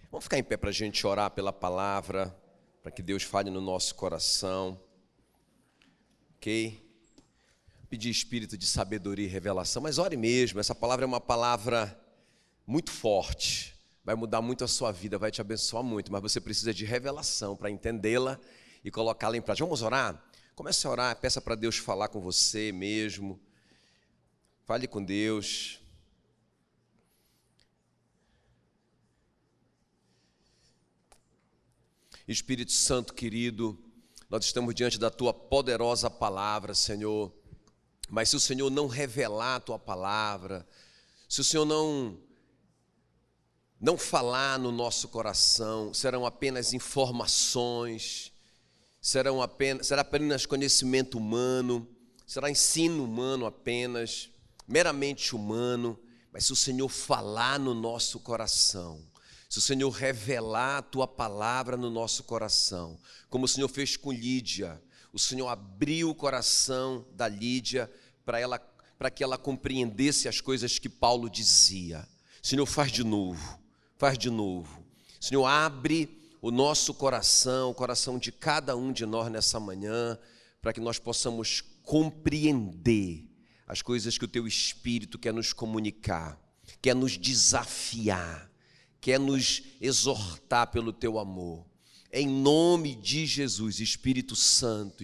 Vamos ficar em pé para a gente orar pela palavra, para que Deus fale no nosso coração, ok? Pedir espírito de sabedoria e revelação, mas ore mesmo, essa palavra é uma palavra muito forte, vai mudar muito a sua vida, vai te abençoar muito, mas você precisa de revelação para entendê-la e colocá-la em prática. Vamos orar? Comece a orar, peça para Deus falar com você mesmo, fale com Deus. Espírito Santo querido, nós estamos diante da Tua poderosa palavra, Senhor, mas se o Senhor não revelar a Tua palavra, se o Senhor não falar no nosso coração, serão apenas informações, será apenas conhecimento humano, será ensino humano apenas, meramente humano, mas se o Senhor falar no nosso coração, se o Senhor revelar a Tua palavra no nosso coração, como o Senhor fez com Lídia, o Senhor abriu o coração da Lídia para que ela compreendesse as coisas que Paulo dizia. Senhor, faz de novo. Senhor, abre o nosso coração, o coração de cada um de nós nessa manhã, para que nós possamos compreender as coisas que o Teu Espírito quer nos comunicar, quer nos desafiar, quer nos exortar pelo Teu amor. Em nome de Jesus, Espírito Santo,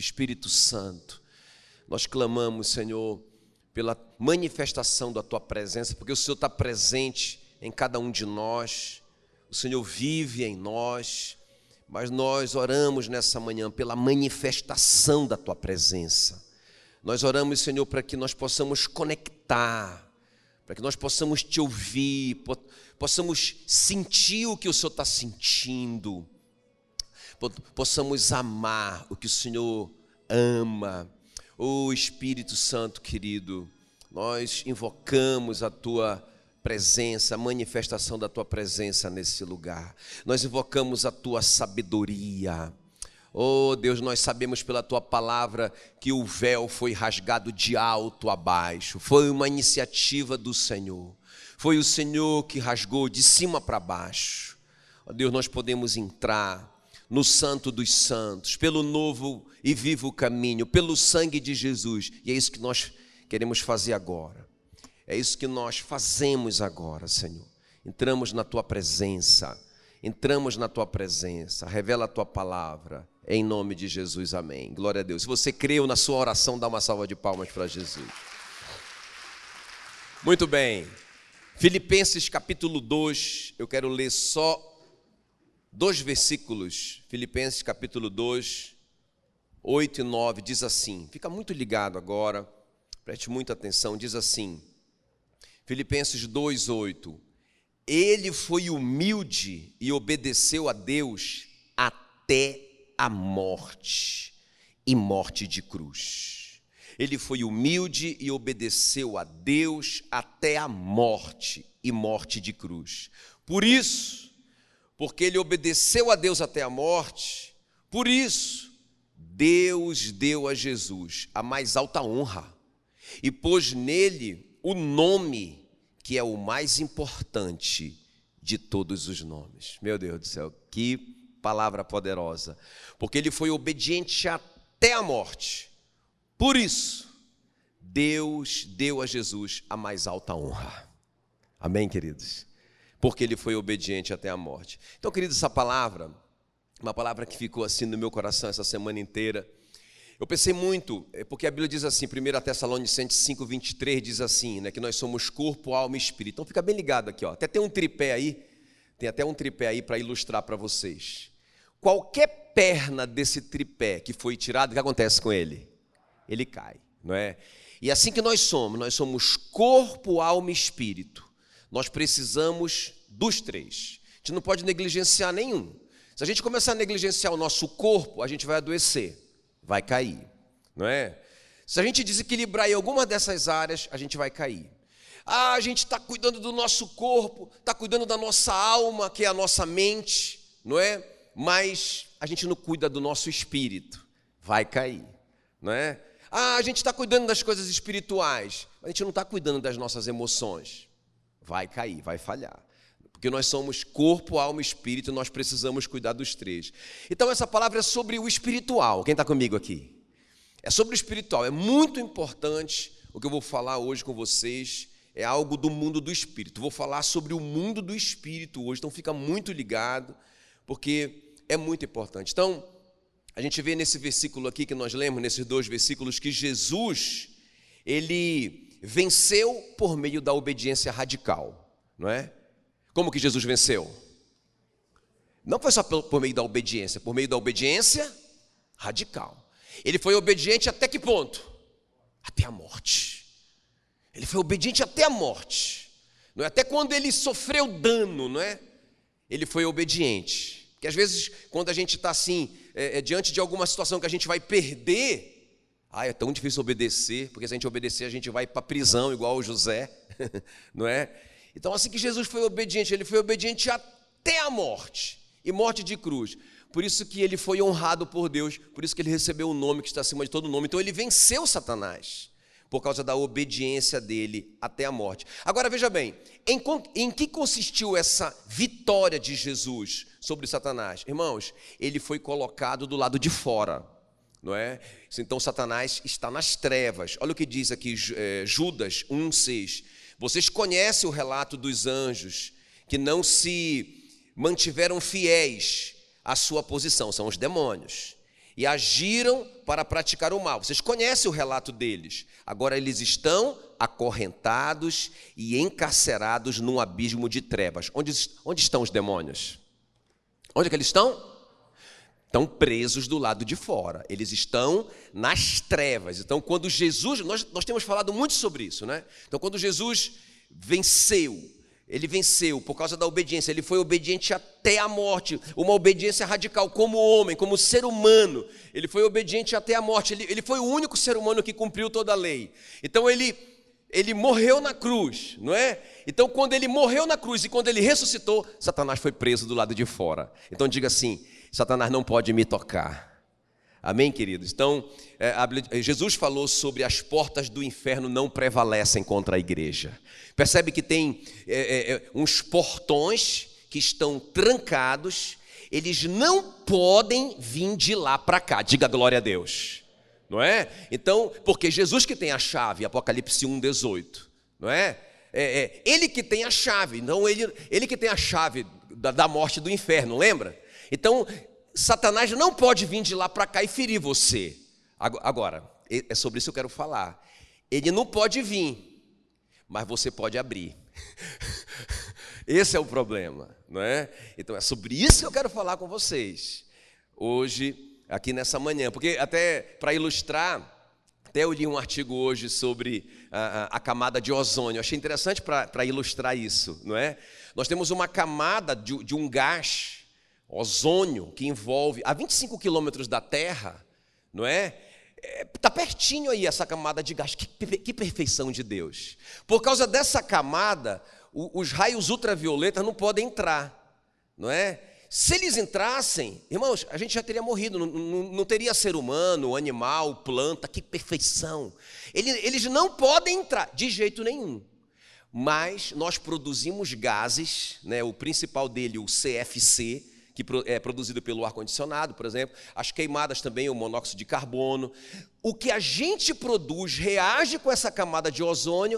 nós clamamos, Senhor, pela manifestação da Tua presença, porque o Senhor está presente em cada um de nós, o Senhor vive em nós, mas nós oramos nessa manhã pela manifestação da Tua presença. Nós oramos, Senhor, para que nós possamos conectar, para que nós possamos Te ouvir, possamos sentir o que o Senhor está sentindo, possamos amar o que o Senhor ama. Ô Espírito Santo querido, nós invocamos a Tua presença, a manifestação da Tua presença nesse lugar. Nós invocamos a Tua sabedoria. Oh Deus, nós sabemos pela Tua palavra que o véu foi rasgado de alto a baixo. Foi uma iniciativa do Senhor. Foi o Senhor que rasgou de cima para baixo. Oh Deus, nós podemos entrar no Santo dos Santos, pelo novo e vivo caminho, pelo sangue de Jesus. E é isso que nós queremos fazer agora. É isso que nós fazemos agora, Senhor. Entramos na Tua presença, revela a Tua palavra, em nome de Jesus, amém. Glória a Deus. Se você creu na sua oração, dá uma salva de palmas para Jesus. Muito bem. Filipenses capítulo 2, eu quero ler só 2 versículos. Filipenses capítulo 2, 8 e 9, diz assim, fica muito ligado agora, preste muita atenção, diz assim, Filipenses 2, 8, ele foi humilde e obedeceu a Deus até a morte, e morte de cruz. Ele foi humilde e obedeceu a Deus até a morte, e morte de cruz. Por isso, porque ele obedeceu a Deus até a morte, por isso, Deus deu a Jesus a mais alta honra, e pôs nele o nome que é o mais importante de todos os nomes. Meu Deus do céu, que palavra poderosa. Porque ele foi obediente até a morte. Por isso, Deus deu a Jesus a mais alta honra. Amém, queridos? Porque ele foi obediente até a morte. Então, queridos, essa palavra, uma palavra que ficou assim no meu coração essa semana inteira. Eu pensei muito, porque a Bíblia diz assim, 1 Tessalonicenses 5, 23, diz assim, né, que nós somos corpo, alma e espírito. Então fica bem ligado aqui, ó. Tem até um tripé aí para ilustrar para vocês. Qualquer perna desse tripé que foi tirado, o que acontece com ele? Ele cai, não é? E assim que nós somos corpo, alma e espírito. Nós precisamos dos três. A gente não pode negligenciar nenhum. Se a gente começar a negligenciar o nosso corpo, a gente vai adoecer. Vai cair, não é? Se a gente desequilibrar em alguma dessas áreas, a gente vai cair. A gente está cuidando do nosso corpo, está cuidando da nossa alma, que é a nossa mente, não é? Mas a gente não cuida do nosso espírito, vai cair, não é? A gente está cuidando das coisas espirituais, a gente não está cuidando das nossas emoções, vai cair, vai falhar. Porque nós somos corpo, alma e espírito, e nós precisamos cuidar dos três. Então essa palavra é sobre o espiritual. Quem está comigo aqui? É sobre o espiritual. É muito importante o que eu vou falar hoje com vocês. É algo do mundo do espírito. Vou falar sobre o mundo do espírito hoje. Então fica muito ligado, porque é muito importante. Então, a gente vê nesse versículo aqui que nós lemos, nesses 2 versículos, que Jesus, ele venceu por meio da obediência radical, não é? Como que Jesus venceu? Não foi só por meio da obediência, por meio da obediência radical. Ele foi obediente até que ponto? Até a morte. Ele foi obediente até a morte. Não é? Até quando ele sofreu dano, não é? Ele foi obediente. Porque às vezes, quando a gente está assim, diante de alguma situação que a gente vai perder, é tão difícil obedecer, porque se a gente obedecer, a gente vai para a prisão, igual o José, não é? Então, assim que Jesus foi obediente, ele foi obediente até a morte, e morte de cruz. Por isso que ele foi honrado por Deus, por isso que ele recebeu o nome que está acima de todo nome. Então, ele venceu Satanás, por causa da obediência dele até a morte. Agora, veja bem, em que consistiu essa vitória de Jesus sobre Satanás? Irmãos, ele foi colocado do lado de fora, não é? Então, Satanás está nas trevas. Olha o que diz aqui Judas 1,6. Vocês conhecem o relato dos anjos que não se mantiveram fiéis à sua posição, são os demônios, e agiram para praticar o mal. Vocês conhecem o relato deles. Agora eles estão acorrentados e encarcerados num abismo de trevas. Onde estão os demônios? Onde é que eles estão? Estão presos do lado de fora. Eles estão nas trevas. Então, quando Jesus... Nós temos falado muito sobre isso, né? Então, quando Jesus venceu, ele venceu por causa da obediência. Ele foi obediente até a morte. Uma obediência radical como homem, como ser humano. Ele foi obediente até a morte. Ele foi o único ser humano que cumpriu toda a lei. Então, ele morreu na cruz, não é? Então, quando ele morreu na cruz e quando ele ressuscitou, Satanás foi preso do lado de fora. Então, diga assim: Satanás não pode me tocar. Amém, queridos? Então, Jesus falou sobre as portas do inferno não prevalecem contra a igreja. Percebe que tem uns portões que estão trancados, eles não podem vir de lá para cá. Diga glória a Deus, não é? Então, porque Jesus que tem a chave, Apocalipse 1,18, não é? Ele que tem a chave, não ele que tem a chave da morte do inferno, lembra? Então, Satanás não pode vir de lá para cá e ferir você. Agora, é sobre isso que eu quero falar. Ele não pode vir, mas você pode abrir. Esse é o problema, não é? Então, é sobre isso que eu quero falar com vocês hoje, aqui nessa manhã. Porque até para ilustrar, até eu li um artigo hoje sobre a camada de ozônio. Eu achei interessante para ilustrar isso, não é? Nós temos uma camada de um gás, ozônio, que envolve a 25 quilômetros da Terra, não é? Está pertinho aí essa camada de gás. Que perfeição de Deus. Por causa dessa camada, os raios ultravioletas não podem entrar, não é? Se eles entrassem, irmãos, a gente já teria morrido, não teria ser humano, animal, planta. Que perfeição. Eles não podem entrar de jeito nenhum. Mas nós produzimos gases, né? O principal dele, o CFC, que é produzido pelo ar-condicionado, por exemplo, as queimadas também, o monóxido de carbono. O que a gente produz reage com essa camada de ozônio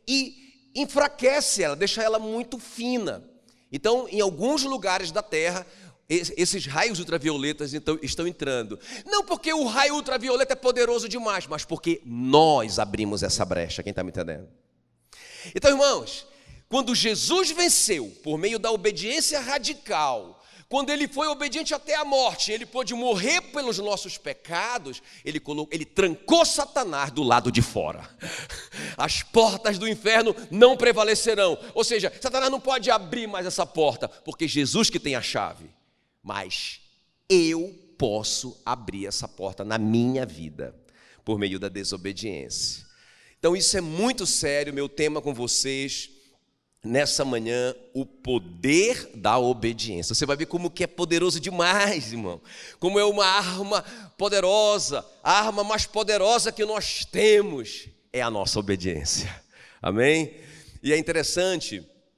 e enfraquece ela, deixa ela muito fina. Então, em alguns lugares da Terra, esses raios ultravioletas estão entrando. Não porque o raio ultravioleta é poderoso demais, mas porque nós abrimos essa brecha. Quem está me entendendo? Então, irmãos, quando Jesus venceu por meio da obediência radical, quando ele foi obediente até a morte, ele pôde morrer pelos nossos pecados, ele trancou Satanás do lado de fora. As portas do inferno não prevalecerão. Ou seja, Satanás não pode abrir mais essa porta, porque Jesus que tem a chave. Mas eu posso abrir essa porta na minha vida, por meio da desobediência. Então isso é muito sério, meu tema com vocês nessa manhã, o poder da obediência. Você vai ver como que é poderoso demais, irmão. Como é uma arma poderosa. A arma mais poderosa que nós temos é a nossa obediência. Amém? E é interessante,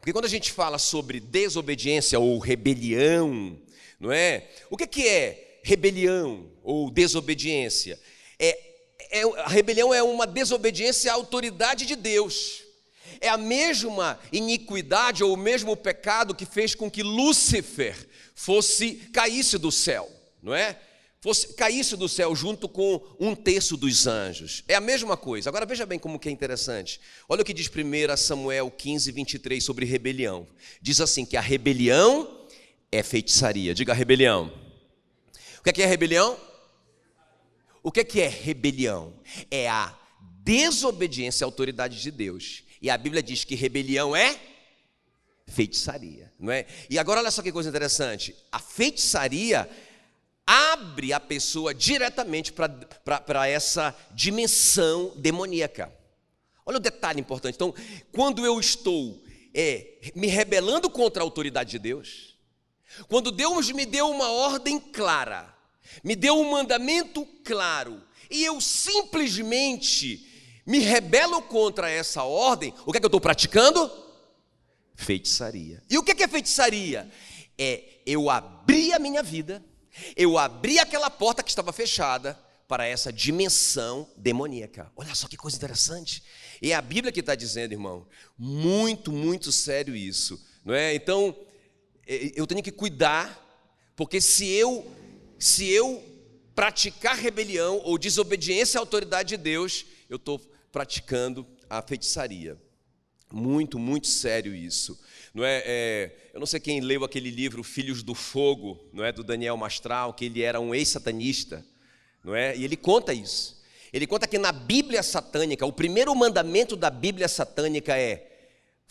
Porque quando a gente fala sobre desobediência ou rebelião, não é? O que é rebelião ou desobediência? A rebelião é uma desobediência à autoridade de Deus. É a mesma iniquidade ou o mesmo pecado que fez com que Lúcifer caísse do céu, não é? Caísse do céu junto com 1/3 dos anjos. É a mesma coisa. Agora veja bem como que é interessante. Olha o que diz 1 Samuel 15:23 sobre rebelião. Diz assim que a rebelião é feitiçaria. Diga rebelião. O que é rebelião? O que é rebelião? É a desobediência à autoridade de Deus. E a Bíblia diz que rebelião é feitiçaria, não é? E agora olha só que coisa interessante. A feitiçaria abre a pessoa diretamente para essa dimensão demoníaca. Olha o detalhe importante. Então, quando eu estou me rebelando contra a autoridade de Deus, quando Deus me deu uma ordem clara, me deu um mandamento claro, e eu simplesmente me rebelo contra essa ordem, o que é que eu estou praticando? Feitiçaria. E o que é feitiçaria? Eu abrir a minha vida, eu abri aquela porta que estava fechada para essa dimensão demoníaca. Olha só que coisa interessante. E é a Bíblia que está dizendo, irmão. Muito, muito sério isso, não é? Então, eu tenho que cuidar, porque se eu praticar rebelião ou desobediência à autoridade de Deus, eu estou praticando a feitiçaria. Muito, muito sério isso. Não é? Eu não sei quem leu aquele livro Filhos do Fogo, não é, do Daniel Mastral, que ele era um ex-satanista, não é? E ele conta isso. Ele conta que na Bíblia satânica, o primeiro mandamento da Bíblia satânica é: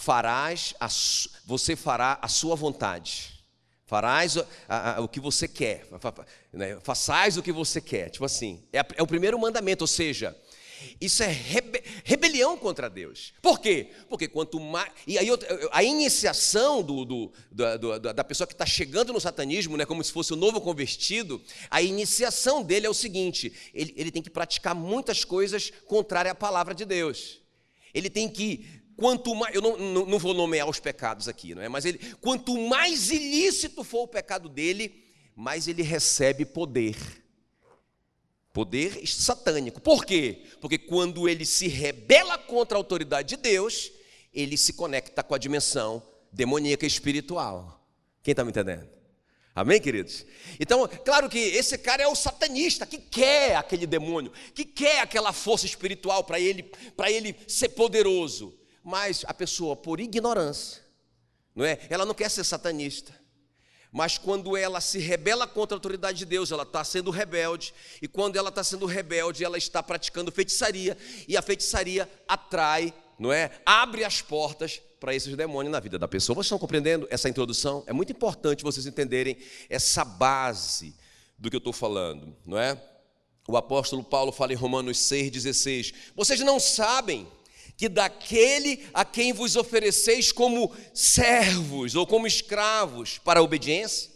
você fará a sua vontade. Farás o que você quer, né? Façais o que você quer. Tipo assim, é o primeiro mandamento, ou seja, isso é rebelião contra Deus. Por quê? Porque quanto mais... E aí a iniciação da pessoa que está chegando no satanismo, né, como se fosse o novo convertido, a iniciação dele é o seguinte: ele tem que praticar muitas coisas contrárias à palavra de Deus. Ele tem que... Quanto mais, eu não vou nomear os pecados aqui, não é? Mas quanto mais ilícito for o pecado dele, mais ele recebe poder satânico. Por quê? Porque quando ele se rebela contra a autoridade de Deus, ele se conecta com a dimensão demoníaca espiritual. Quem está me entendendo? Amém, queridos? Então, claro que esse cara é o satanista, que quer aquele demônio, que quer aquela força espiritual para ele ser poderoso. Mas a pessoa, por ignorância, não é? Ela não quer ser satanista. Mas quando ela se rebela contra a autoridade de Deus, ela está sendo rebelde. E quando ela está sendo rebelde, ela está praticando feitiçaria. E a feitiçaria atrai, não é? Abre as portas para esses demônios na vida da pessoa. Vocês estão compreendendo essa introdução? É muito importante vocês entenderem essa base do que eu estou falando, não é? O apóstolo Paulo fala em Romanos 6,16. Vocês não sabem que daquele a quem vos ofereceis como servos ou como escravos para a obediência?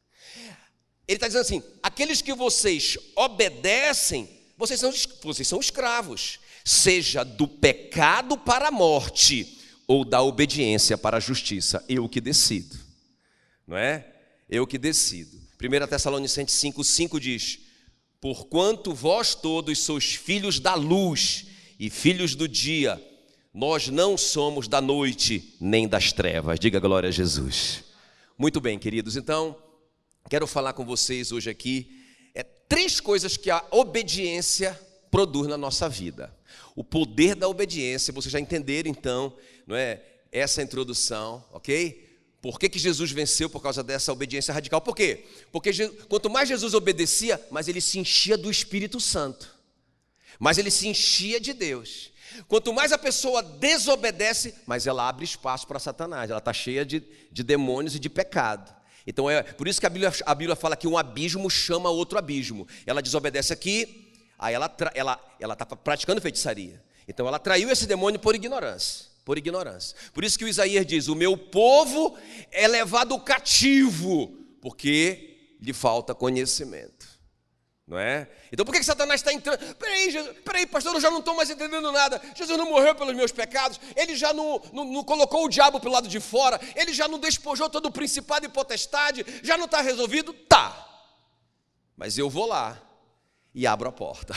Ele está dizendo assim: aqueles que vocês obedecem, vocês são escravos, seja do pecado para a morte ou da obediência para a justiça. Eu que decido, não é? Eu que decido. 1 Tessalonicenses 5,5 diz: porquanto vós todos sois filhos da luz e filhos do dia, nós não somos da noite nem das trevas. Diga glória a Jesus. Muito bem, queridos, então quero falar com vocês hoje aqui 3 coisas que a obediência produz na nossa vida. O poder da obediência, vocês já entenderam então, não é, essa introdução, ok? Por que Jesus venceu por causa dessa obediência radical? Por quê? Porque quanto mais Jesus obedecia, mais ele se enchia do Espírito Santo, mais ele se enchia de Deus. Quanto mais a pessoa desobedece, mais ela abre espaço para Satanás. Ela está cheia de demônios e de pecado. Então é por isso que a Bíblia fala que um abismo chama outro abismo. Ela desobedece aqui, aí ela está praticando feitiçaria. Então ela traiu esse demônio por ignorância. Por isso que o Isaías diz: o meu povo é levado cativo, porque lhe falta conhecimento. não é? Então por que Satanás está entrando? Peraí, pastor, eu já não estou mais entendendo nada. Jesus não morreu pelos meus pecados, ele já não colocou o diabo pelo lado de fora, ele já não despojou todo o principado e potestade, já não está resolvido? Tá, mas eu vou lá e abro a porta.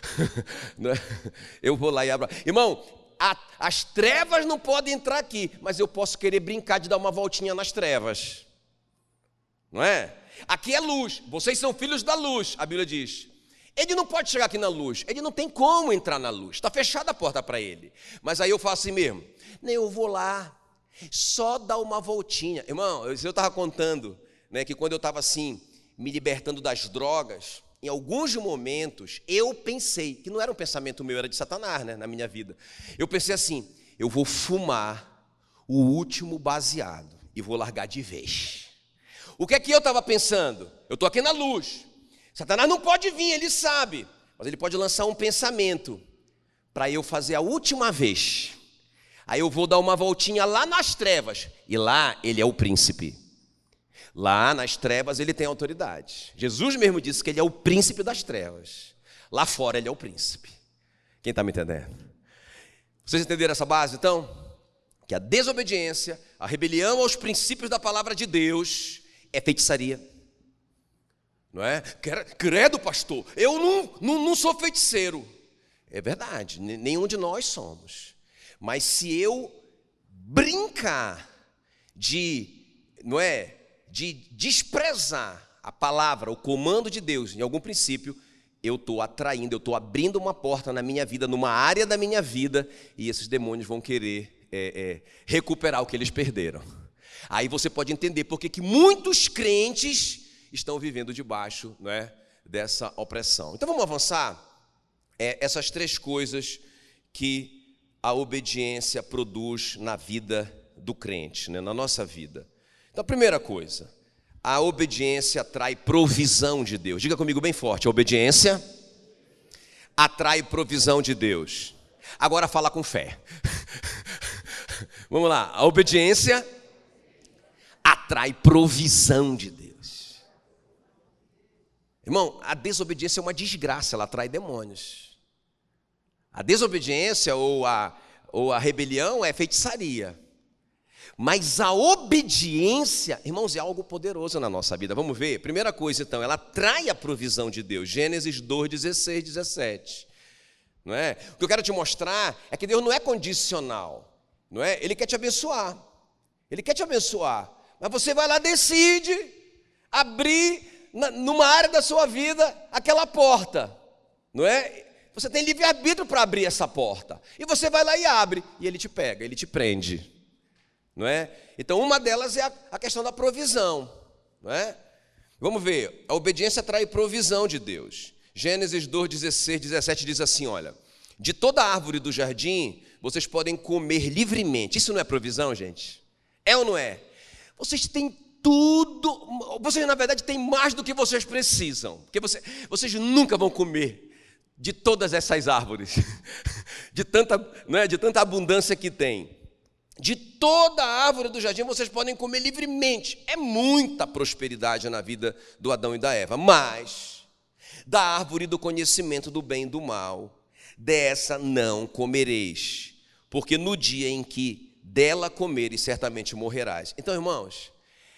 Eu vou lá e abro. Irmão, as trevas não podem entrar aqui, mas eu posso querer brincar de dar uma voltinha nas trevas, não é? Aqui é luz, vocês são filhos da luz, a Bíblia diz. Ele não pode chegar aqui na luz, ele não tem como entrar na luz, está fechada a porta para ele. Mas aí eu faço assim mesmo, eu vou lá, só dar uma voltinha. Irmão, eu estava contando, né, que quando eu estava assim, me libertando das drogas, em alguns momentos, eu pensei, que não era um pensamento meu, era de Satanás, né, na minha vida. Eu pensei assim, eu vou fumar o último baseado e vou largar de vez. O que é que eu estava pensando? Eu estou aqui na luz. Satanás não pode vir, ele sabe. Mas ele pode lançar um pensamento para eu fazer a última vez. Aí eu vou dar uma voltinha lá nas trevas. E lá ele é o príncipe. Lá nas trevas ele tem autoridade. Jesus mesmo disse que ele é o príncipe das trevas. Lá fora ele é o príncipe. Quem está me entendendo? Vocês entenderam essa base, então? Que a desobediência, a rebelião aos princípios da palavra de Deus é feitiçaria, não é? Credo, pastor, eu não sou feiticeiro. É verdade, nenhum de nós somos. Mas se eu brincar não é, de desprezar a palavra, o comando de Deus, em algum princípio, eu estou atraindo, eu estou abrindo uma porta na minha vida, numa área da minha vida, e esses demônios vão querer recuperar o que eles perderam. Aí você pode entender porque que muitos crentes estão vivendo debaixo, não é, dessa opressão. Então vamos avançar? Essas três coisas que a obediência produz na vida do crente, né, na nossa vida. Então a primeira coisa, a obediência atrai provisão de Deus. Diga comigo bem forte, a obediência atrai provisão de Deus. Agora fala com fé. Vamos lá, a obediência atrai provisão de Deus. Irmão, a desobediência é uma desgraça, ela atrai demônios. A desobediência ou a rebelião é feitiçaria. Mas a obediência, irmãos, é algo poderoso na nossa vida. Vamos ver? Primeira coisa, então, ela atrai a provisão de Deus. Gênesis 2, 16, 17. Não é? O que eu quero te mostrar é que Deus não é condicional. Não é? Ele quer te abençoar. Ele quer te abençoar. Mas você vai lá, decide abrir numa área da sua vida aquela porta, não é? Você tem livre-arbítrio para abrir essa porta. E você vai lá e abre, e ele te pega, ele te prende, não é? Então uma delas é a questão da provisão, não é? Vamos ver, a obediência atrai provisão de Deus. Gênesis 2, 16, 17 diz assim, olha, de toda árvore do jardim, vocês podem comer livremente. Isso não é provisão, gente? É ou não é? Vocês têm tudo, vocês na verdade têm mais do que vocês precisam, porque vocês nunca vão comer de todas essas árvores, de tanta abundância que tem. De toda a árvore do jardim vocês podem comer livremente. É muita prosperidade na vida do Adão e da Eva, mas da árvore do conhecimento do bem e do mal, dessa não comereis, porque no dia em que dela comeres, certamente morrerás. Então, irmãos,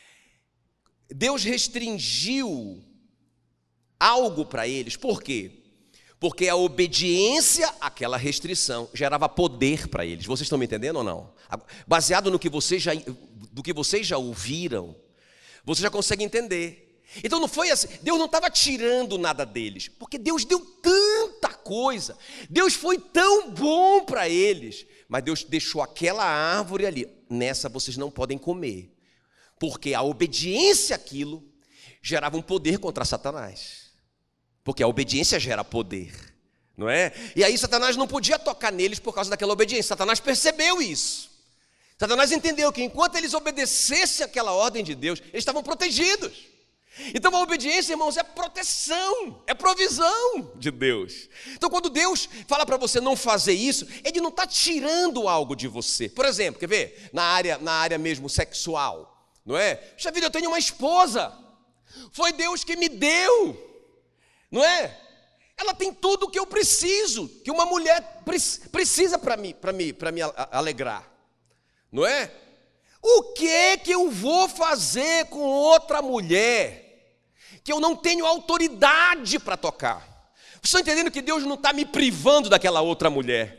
Deus restringiu algo para eles. Por quê? Porque a obediência àquela restrição gerava poder para eles. Vocês estão me entendendo ou não? Baseado no que vocês já ouviram, você já consegue entender. Então não foi assim, Deus não estava tirando nada deles, porque Deus deu tanta coisa, Deus foi tão bom para eles, mas Deus deixou aquela árvore ali, nessa vocês não podem comer, porque a obediência àquilo gerava um poder contra Satanás, porque a obediência gera poder, não é? E aí Satanás não podia tocar neles por causa daquela obediência. Satanás percebeu isso. Satanás entendeu que enquanto eles obedecessem àquela ordem de Deus, eles estavam protegidos. Então a obediência, irmãos, é proteção, é provisão de Deus. Então quando Deus fala para você não fazer isso, Ele não está tirando algo de você. Por exemplo, quer ver? Na área mesmo sexual, não é? Puxa vida, eu tenho uma esposa, foi Deus que me deu. não é? Ela tem tudo o que eu preciso, que uma mulher precisa para me alegrar, não é? O que eu vou fazer com outra mulher que eu não tenho autoridade para tocar? Vocês estão entendendo que Deus não está me privando daquela outra mulher?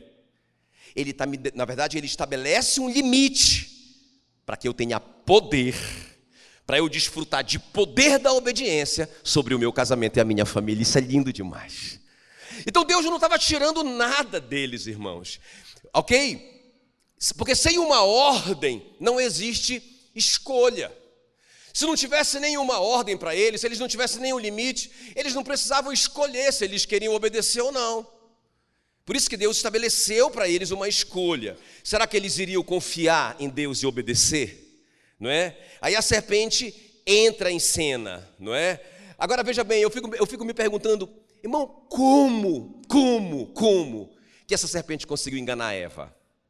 Na verdade, Ele estabelece um limite para que eu tenha poder, para eu desfrutar de poder da obediência sobre o meu casamento e a minha família. Isso é lindo demais. Então Deus não estava tirando nada deles, irmãos, ok? Porque sem uma ordem não existe escolha. Se não tivesse nenhuma ordem para eles, se eles não tivessem nenhum limite, eles não precisavam escolher se eles queriam obedecer ou não. Por isso que Deus estabeleceu para eles uma escolha. Será que eles iriam confiar em Deus e obedecer? Não é? Aí a serpente entra em cena, não é? Agora veja bem, eu fico me perguntando, irmão, como que essa serpente conseguiu enganar Eva?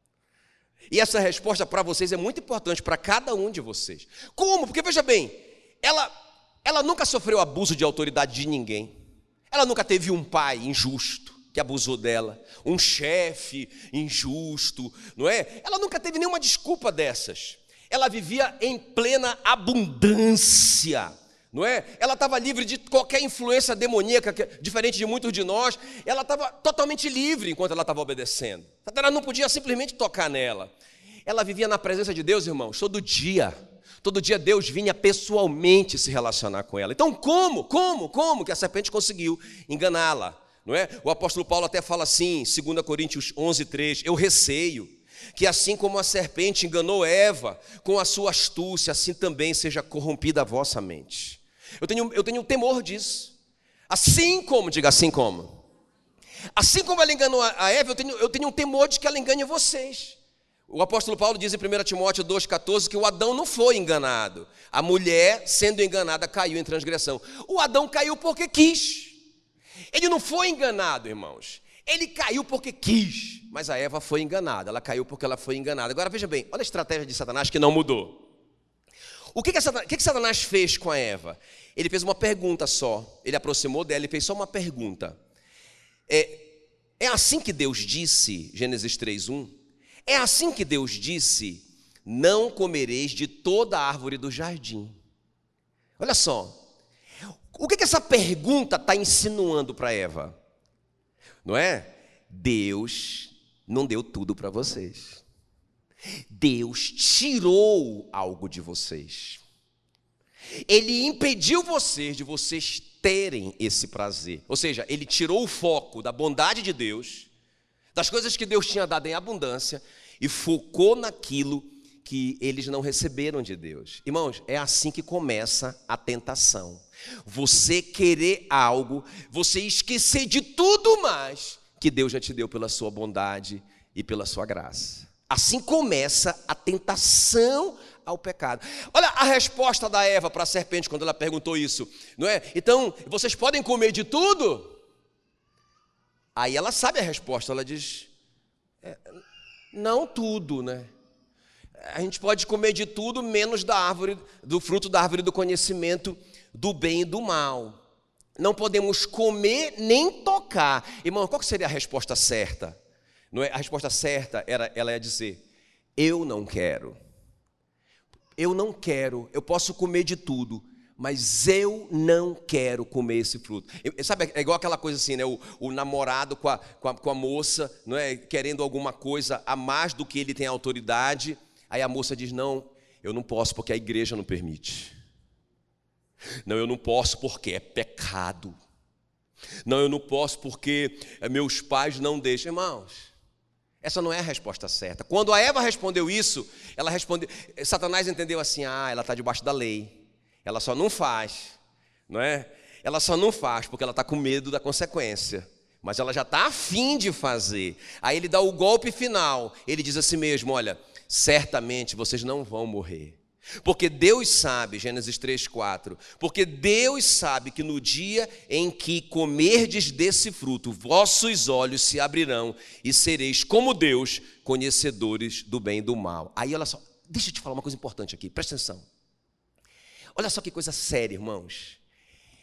E essa resposta para vocês é muito importante, para cada um de vocês. Como? Porque veja bem, ela nunca sofreu abuso de autoridade de ninguém. Ela nunca teve um pai injusto que abusou dela, um chefe injusto, não é? Ela nunca teve nenhuma desculpa dessas. Ela vivia em plena abundância, não é? Ela estava livre de qualquer influência demoníaca, diferente de muitos de nós. Ela estava totalmente livre enquanto ela estava obedecendo. Satanás não podia simplesmente tocar nela. Ela vivia na presença de Deus, irmãos, todo dia. Todo dia Deus vinha pessoalmente se relacionar com ela. Então como que a serpente conseguiu enganá-la? Não é? O apóstolo Paulo até fala assim, 2 Coríntios 11:3, eu receio que assim como a serpente enganou Eva com a sua astúcia, assim também seja corrompida a vossa mente. Eu tenho temor disso. Assim como ela enganou a Eva, eu tenho um temor de que ela engane vocês. O apóstolo Paulo diz em 1 Timóteo 2,14 que o Adão não foi enganado. A mulher, sendo enganada, caiu em transgressão. O Adão caiu porque quis. Ele não foi enganado, irmãos. Ele caiu porque quis, mas a Eva foi enganada. Ela caiu porque ela foi enganada. Agora veja bem, olha a estratégia de Satanás que não mudou. O que Satanás fez com a Eva? Ele fez uma pergunta só. Ele aproximou dela e fez só uma pergunta. É assim que Deus disse, Gênesis 3:1? É assim que Deus disse, não comereis de toda a árvore do jardim. Olha só, o que essa pergunta está insinuando para Eva? Não é? Deus não deu tudo para vocês. Deus tirou algo de vocês. Ele impediu vocês de vocês terem esse prazer. Ou seja, ele tirou o foco da bondade de Deus, das coisas que Deus tinha dado em abundância, e focou naquilo que eles não receberam de Deus. Irmãos, é assim que começa a tentação. Você querer algo, você esquecer de tudo mais que Deus já te deu pela sua bondade e pela sua graça. Assim começa a tentação ao pecado. Olha a resposta da Eva para a serpente quando ela perguntou isso, não é? Então, vocês podem comer de tudo? Aí ela sabe a resposta, ela diz, não tudo, né? A gente pode comer de tudo menos do fruto da árvore do conhecimento do bem e do mal. Não podemos comer nem tocar. Irmão, qual seria a resposta certa? Não é? A resposta certa ela ia dizer, eu não quero. Eu não quero, eu posso comer de tudo, mas eu não quero comer esse fruto. Sabe, é igual aquela coisa assim, né? O namorado com a moça, não é? Querendo alguma coisa a mais do que ele tem autoridade. Aí a moça diz, não, eu não posso porque a igreja não permite. Não, eu não posso porque é pecado. Não, eu não posso porque meus pais não deixam. Irmãos, essa não é a resposta certa. Quando a Eva respondeu isso, ela respondeu, Satanás entendeu assim, ela está debaixo da lei. Ela só não faz, não é? Ela só não faz porque ela está com medo da consequência. Mas ela já está a fim de fazer. Aí ele dá o golpe final. Ele diz assim mesmo, olha, certamente vocês não vão morrer. Porque Deus sabe, Gênesis 3:4, porque Deus sabe que no dia em que comerdes desse fruto, vossos olhos se abrirão e sereis como Deus, conhecedores do bem e do mal. Aí olha só, deixa eu te falar uma coisa importante aqui, presta atenção. Olha só que coisa séria, irmãos.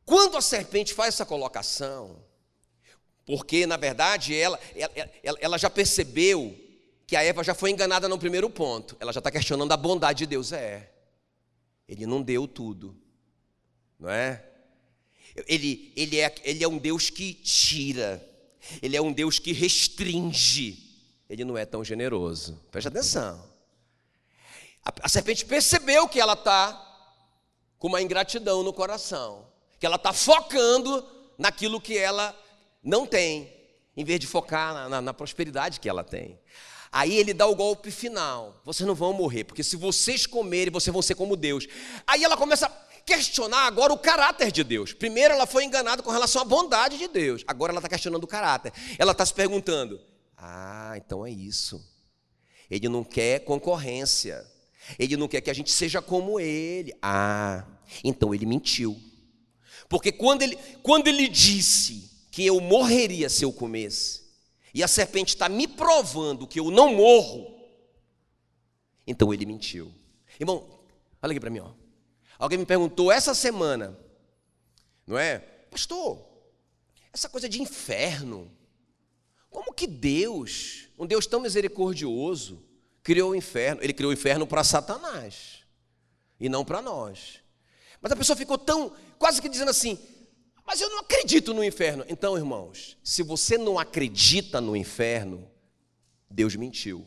Quando a serpente faz essa colocação, porque na verdade ela já percebeu que a Eva já foi enganada no primeiro ponto, ela já está questionando a bondade de Deus. Ele não deu tudo, não é? Ele é um Deus que tira, ele é um Deus que restringe, ele não é tão generoso. Preste atenção. A serpente percebeu que ela está com uma ingratidão no coração, que ela está focando naquilo que ela não tem, em vez de focar na prosperidade que ela tem. Aí ele dá o golpe final: vocês não vão morrer, porque se vocês comerem, vocês vão ser como Deus. Aí ela começa a questionar agora o caráter de Deus. Primeiro ela foi enganada com relação à bondade de Deus, agora ela está questionando o caráter. Ela está se perguntando: então é isso. Ele não quer concorrência, ele não quer que a gente seja como ele. Então ele mentiu. Porque quando ele disse que eu morreria se eu comesse, e a serpente está me provando que eu não morro, então ele mentiu. Irmão, olha aqui para mim, ó. Alguém me perguntou essa semana, não é? Pastor, essa coisa de inferno, como que Deus, um Deus tão misericordioso, criou o inferno? Ele criou o inferno para Satanás e não para nós. Mas a pessoa ficou quase que dizendo assim: mas eu não acredito no inferno. Então, irmãos, se você não acredita no inferno, Deus mentiu.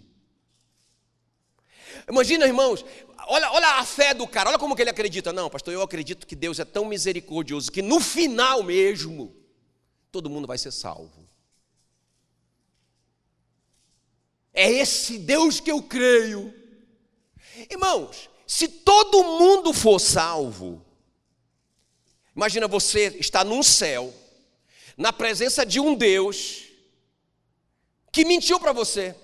Imagina, irmãos, olha a fé do cara, olha como que ele acredita. Não, pastor, eu acredito que Deus é tão misericordioso que no final mesmo, todo mundo vai ser salvo. É esse Deus que eu creio. Irmãos, se todo mundo for salvo, imagina você estar num céu, na presença de um Deus que mentiu para você.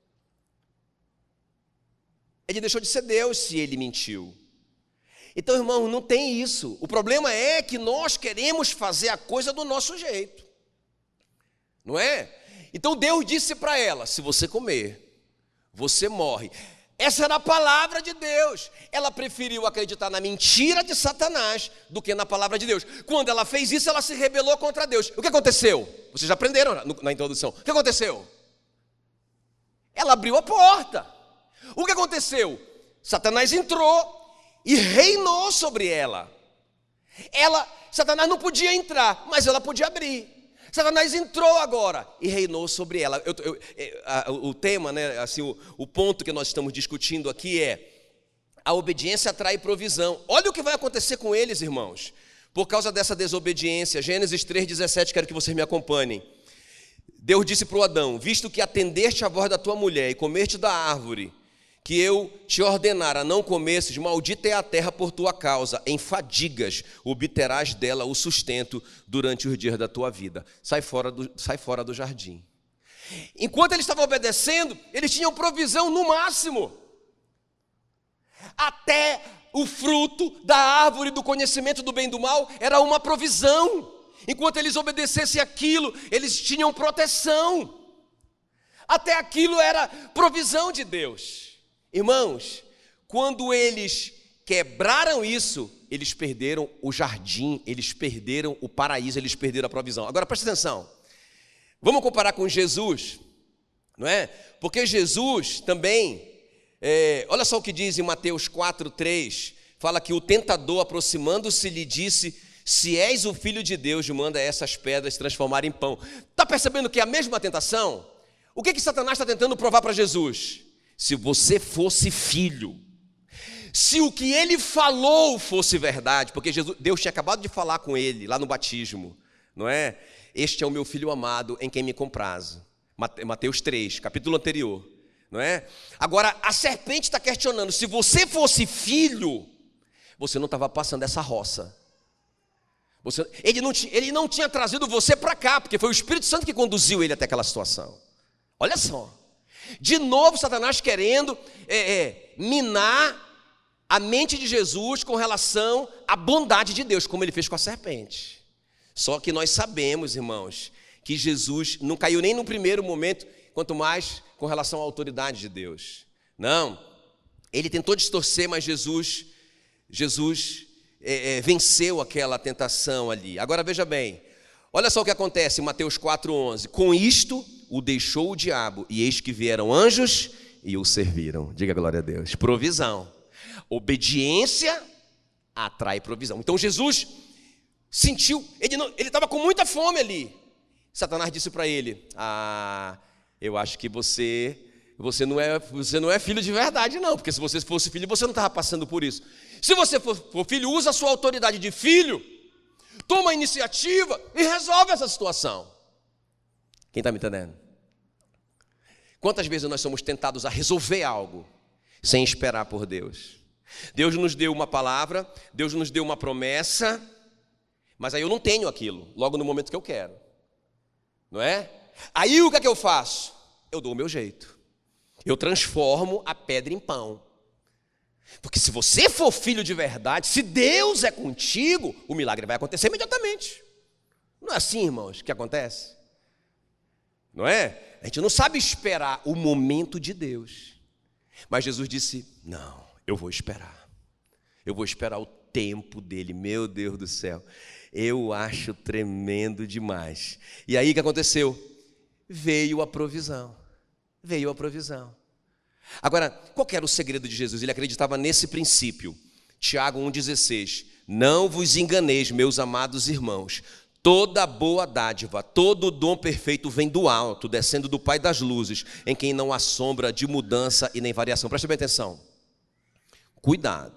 Ele deixou de ser Deus se ele mentiu. Então, irmão, não tem isso. O problema é que nós queremos fazer a coisa do nosso jeito, não é? Então Deus disse para ela: se você comer, você morre. Essa era a palavra de Deus. Ela preferiu acreditar na mentira de Satanás do que na palavra de Deus. Quando ela fez isso, ela se rebelou contra Deus. O que aconteceu? Vocês já aprenderam na introdução. O que aconteceu? Ela abriu a porta. O que aconteceu? Satanás entrou e reinou sobre ela. Satanás não podia entrar, mas ela podia abrir. Satanás entrou agora e reinou sobre ela. O tema, né, assim, o ponto que nós estamos discutindo aqui é: a obediência atrai provisão. Olha o que vai acontecer com eles, irmãos, por causa dessa desobediência. Gênesis 3,17, quero que vocês me acompanhem. Deus disse para o Adão: visto que atendeste à voz da tua mulher e comeste da árvore que eu te ordenara não comesses, maldita é a terra por tua causa, em fadigas obterás dela o sustento durante os dias da tua vida. Sai fora do jardim. Enquanto eles estavam obedecendo, eles tinham provisão no máximo. Até o fruto da árvore do conhecimento do bem e do mal era uma provisão. Enquanto eles obedecessem aquilo, eles tinham proteção. Até aquilo era provisão de Deus. Irmãos, quando eles quebraram isso, eles perderam o jardim, eles perderam o paraíso, eles perderam a provisão. Agora presta atenção, vamos comparar com Jesus, não é? Porque Jesus também, olha só o que diz em Mateus 4,3, fala que o tentador, aproximando-se, lhe disse: se és o Filho de Deus, manda essas pedras transformar em pão. Está percebendo que é a mesma tentação? O que Satanás está tentando provar para Jesus? Se você fosse filho, se o que ele falou fosse verdade, porque Deus tinha acabado de falar com ele lá no batismo, não é? Este é o meu filho amado em quem me comprazo. Mateus 3, capítulo anterior, não é? Agora a serpente está questionando: se você fosse filho, você não estava passando essa roça. Ele não tinha trazido você para cá, porque foi o Espírito Santo que conduziu ele até aquela situação. Olha só. De novo Satanás querendo minar a mente de Jesus com relação à bondade de Deus, como ele fez com a serpente. Só que nós sabemos, irmãos, que Jesus não caiu nem no primeiro momento, quanto mais com relação à autoridade de Deus. Não, ele tentou distorcer, mas Jesus venceu aquela tentação ali. Agora veja bem, olha só o que acontece em Mateus 4,11. Com isto o deixou o diabo, e eis que vieram anjos e o serviram. Diga glória a Deus. Provisão. Obediência atrai provisão. Então Jesus sentiu, ele estava com muita fome ali. Satanás disse para ele: eu acho que você não é filho de verdade não, porque se você fosse filho, você não estava passando por isso. Se você for filho, usa a sua autoridade de filho, toma a iniciativa e resolve essa situação. Quem está me entendendo? Quantas vezes nós somos tentados a resolver algo sem esperar por Deus? Deus nos deu uma palavra, Deus nos deu uma promessa, mas aí eu não tenho aquilo, logo no momento que eu quero, não é? Aí o que é que eu faço? Eu dou o meu jeito, eu transformo a pedra em pão. Porque se você for filho de verdade, se Deus é contigo, o milagre vai acontecer imediatamente. Não é assim, irmãos, que acontece? Não é? A gente não sabe esperar o momento de Deus. Mas Jesus disse: não, eu vou esperar. Eu vou esperar o tempo dele. Meu Deus do céu, eu acho tremendo demais. E aí o que aconteceu? Veio a provisão. Veio a provisão. Agora, qual era o segredo de Jesus? Ele acreditava nesse princípio. Tiago 1,16. Não vos enganeis, meus amados irmãos. Toda boa dádiva, todo dom perfeito vem do alto, descendo do Pai das luzes, em quem não há sombra de mudança e nem variação. Preste bem atenção. Cuidado.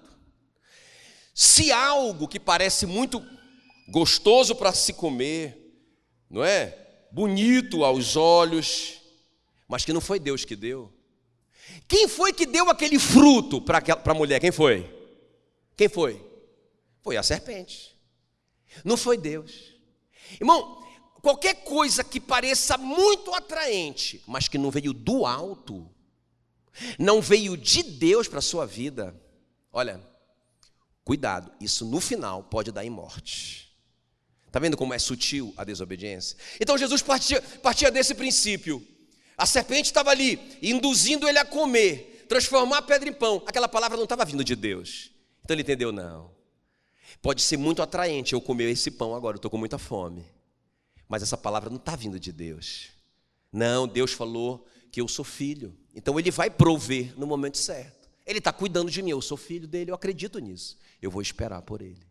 Se algo que parece muito gostoso para se comer, não é? Bonito aos olhos, mas que não foi Deus que deu. Quem foi que deu aquele fruto para a mulher? Quem foi? Quem foi? Foi a serpente. Não foi Deus. Irmão, qualquer coisa que pareça muito atraente, mas que não veio do alto, não veio de Deus para a sua vida, olha, cuidado, isso no final pode dar em morte. Está vendo como é sutil a desobediência? Então Jesus partia desse princípio. A serpente estava ali, induzindo ele a comer, transformar a pedra em pão. Aquela palavra não estava vindo de Deus. Então ele entendeu, não. Pode ser muito atraente eu comer esse pão agora, eu estou com muita fome. Mas essa palavra não está vindo de Deus. Não, Deus falou que eu sou filho. Então ele vai prover no momento certo. Ele está cuidando de mim, eu sou filho dele, eu acredito nisso. Eu vou esperar por ele.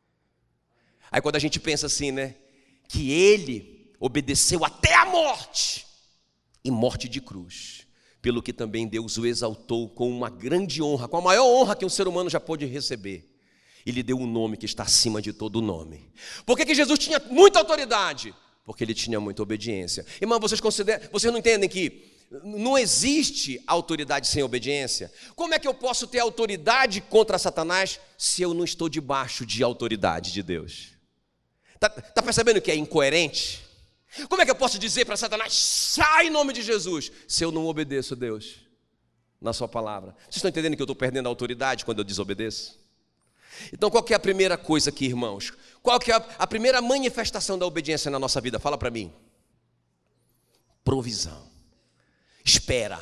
Aí quando a gente pensa assim, né? Que ele obedeceu até a morte. E morte de cruz, pelo que também Deus o exaltou com uma grande honra, com a maior honra que um ser humano já pôde receber. E lhe deu um nome que está acima de todo nome. Por que Jesus tinha muita autoridade? Porque ele tinha muita obediência. Irmão, vocês não entendem que não existe autoridade sem obediência? Como é que eu posso ter autoridade contra Satanás se eu não estou debaixo de autoridade de Deus? Tá percebendo que é incoerente? Como é que eu posso dizer para Satanás, sai em nome de Jesus, se eu não obedeço a Deus na sua palavra? Vocês estão entendendo que eu estou perdendo a autoridade quando eu desobedeço? Então qual que é a primeira coisa aqui, irmãos? Qual que é a primeira manifestação da obediência na nossa vida? Fala para mim. Provisão. Espera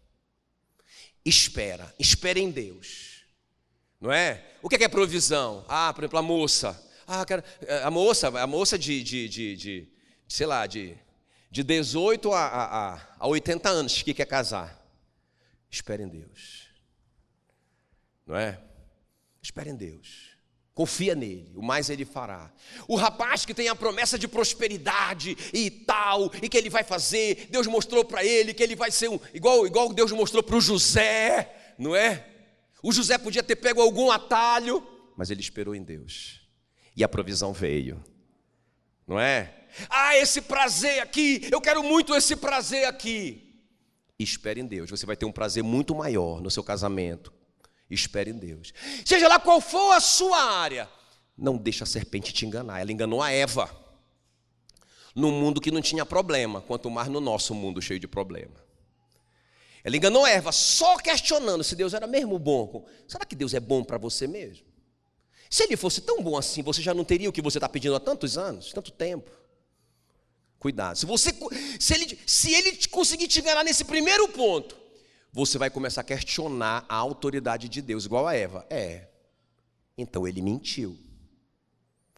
em Deus. Não é? O que é provisão? Por exemplo, a moça. A moça sei lá, de 18 a 80 anos que quer casar. Espere em Deus. Não é? Espere em Deus. Confia nele, o mais ele fará. O rapaz que tem a promessa de prosperidade e tal, e que ele vai fazer, Deus mostrou para ele que ele vai ser igual Deus mostrou para o José, não é? O José podia ter pego algum atalho, mas ele esperou em Deus. E a provisão veio. Não é? Esse prazer aqui, eu quero muito esse prazer aqui. Espere em Deus, você vai ter um prazer muito maior no seu casamento. Espere em Deus. Seja lá qual for a sua área, não deixe a serpente te enganar. Ela enganou a Eva num mundo que não tinha problema, quanto mais no nosso mundo cheio de problema. Ela enganou a Eva só questionando se Deus era mesmo bom. Será que Deus é bom para você mesmo? Se ele fosse tão bom assim, você já não teria o que você está pedindo há tantos anos, tanto tempo. Cuidado. Se ele conseguir te enganar nesse primeiro ponto, você vai começar a questionar a autoridade de Deus, igual a Eva. Então ele mentiu.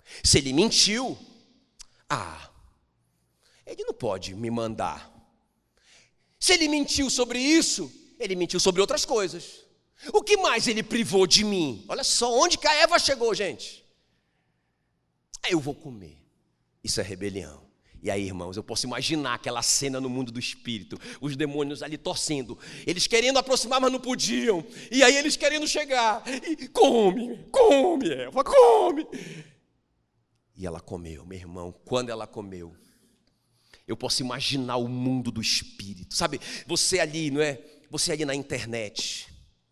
Se ele mentiu, ele não pode me mandar. Se ele mentiu sobre isso, ele mentiu sobre outras coisas. O que mais ele privou de mim? Olha só onde que a Eva chegou, gente. Eu vou comer. Isso é rebelião. E aí, irmãos, eu posso imaginar aquela cena no mundo do espírito, os demônios ali torcendo, eles querendo aproximar, mas não podiam. E aí eles querendo chegar. E, come, Eva, come. E ela comeu, meu irmão. Quando ela comeu, eu posso imaginar o mundo do espírito. Sabe, você ali, não é? Você ali na internet.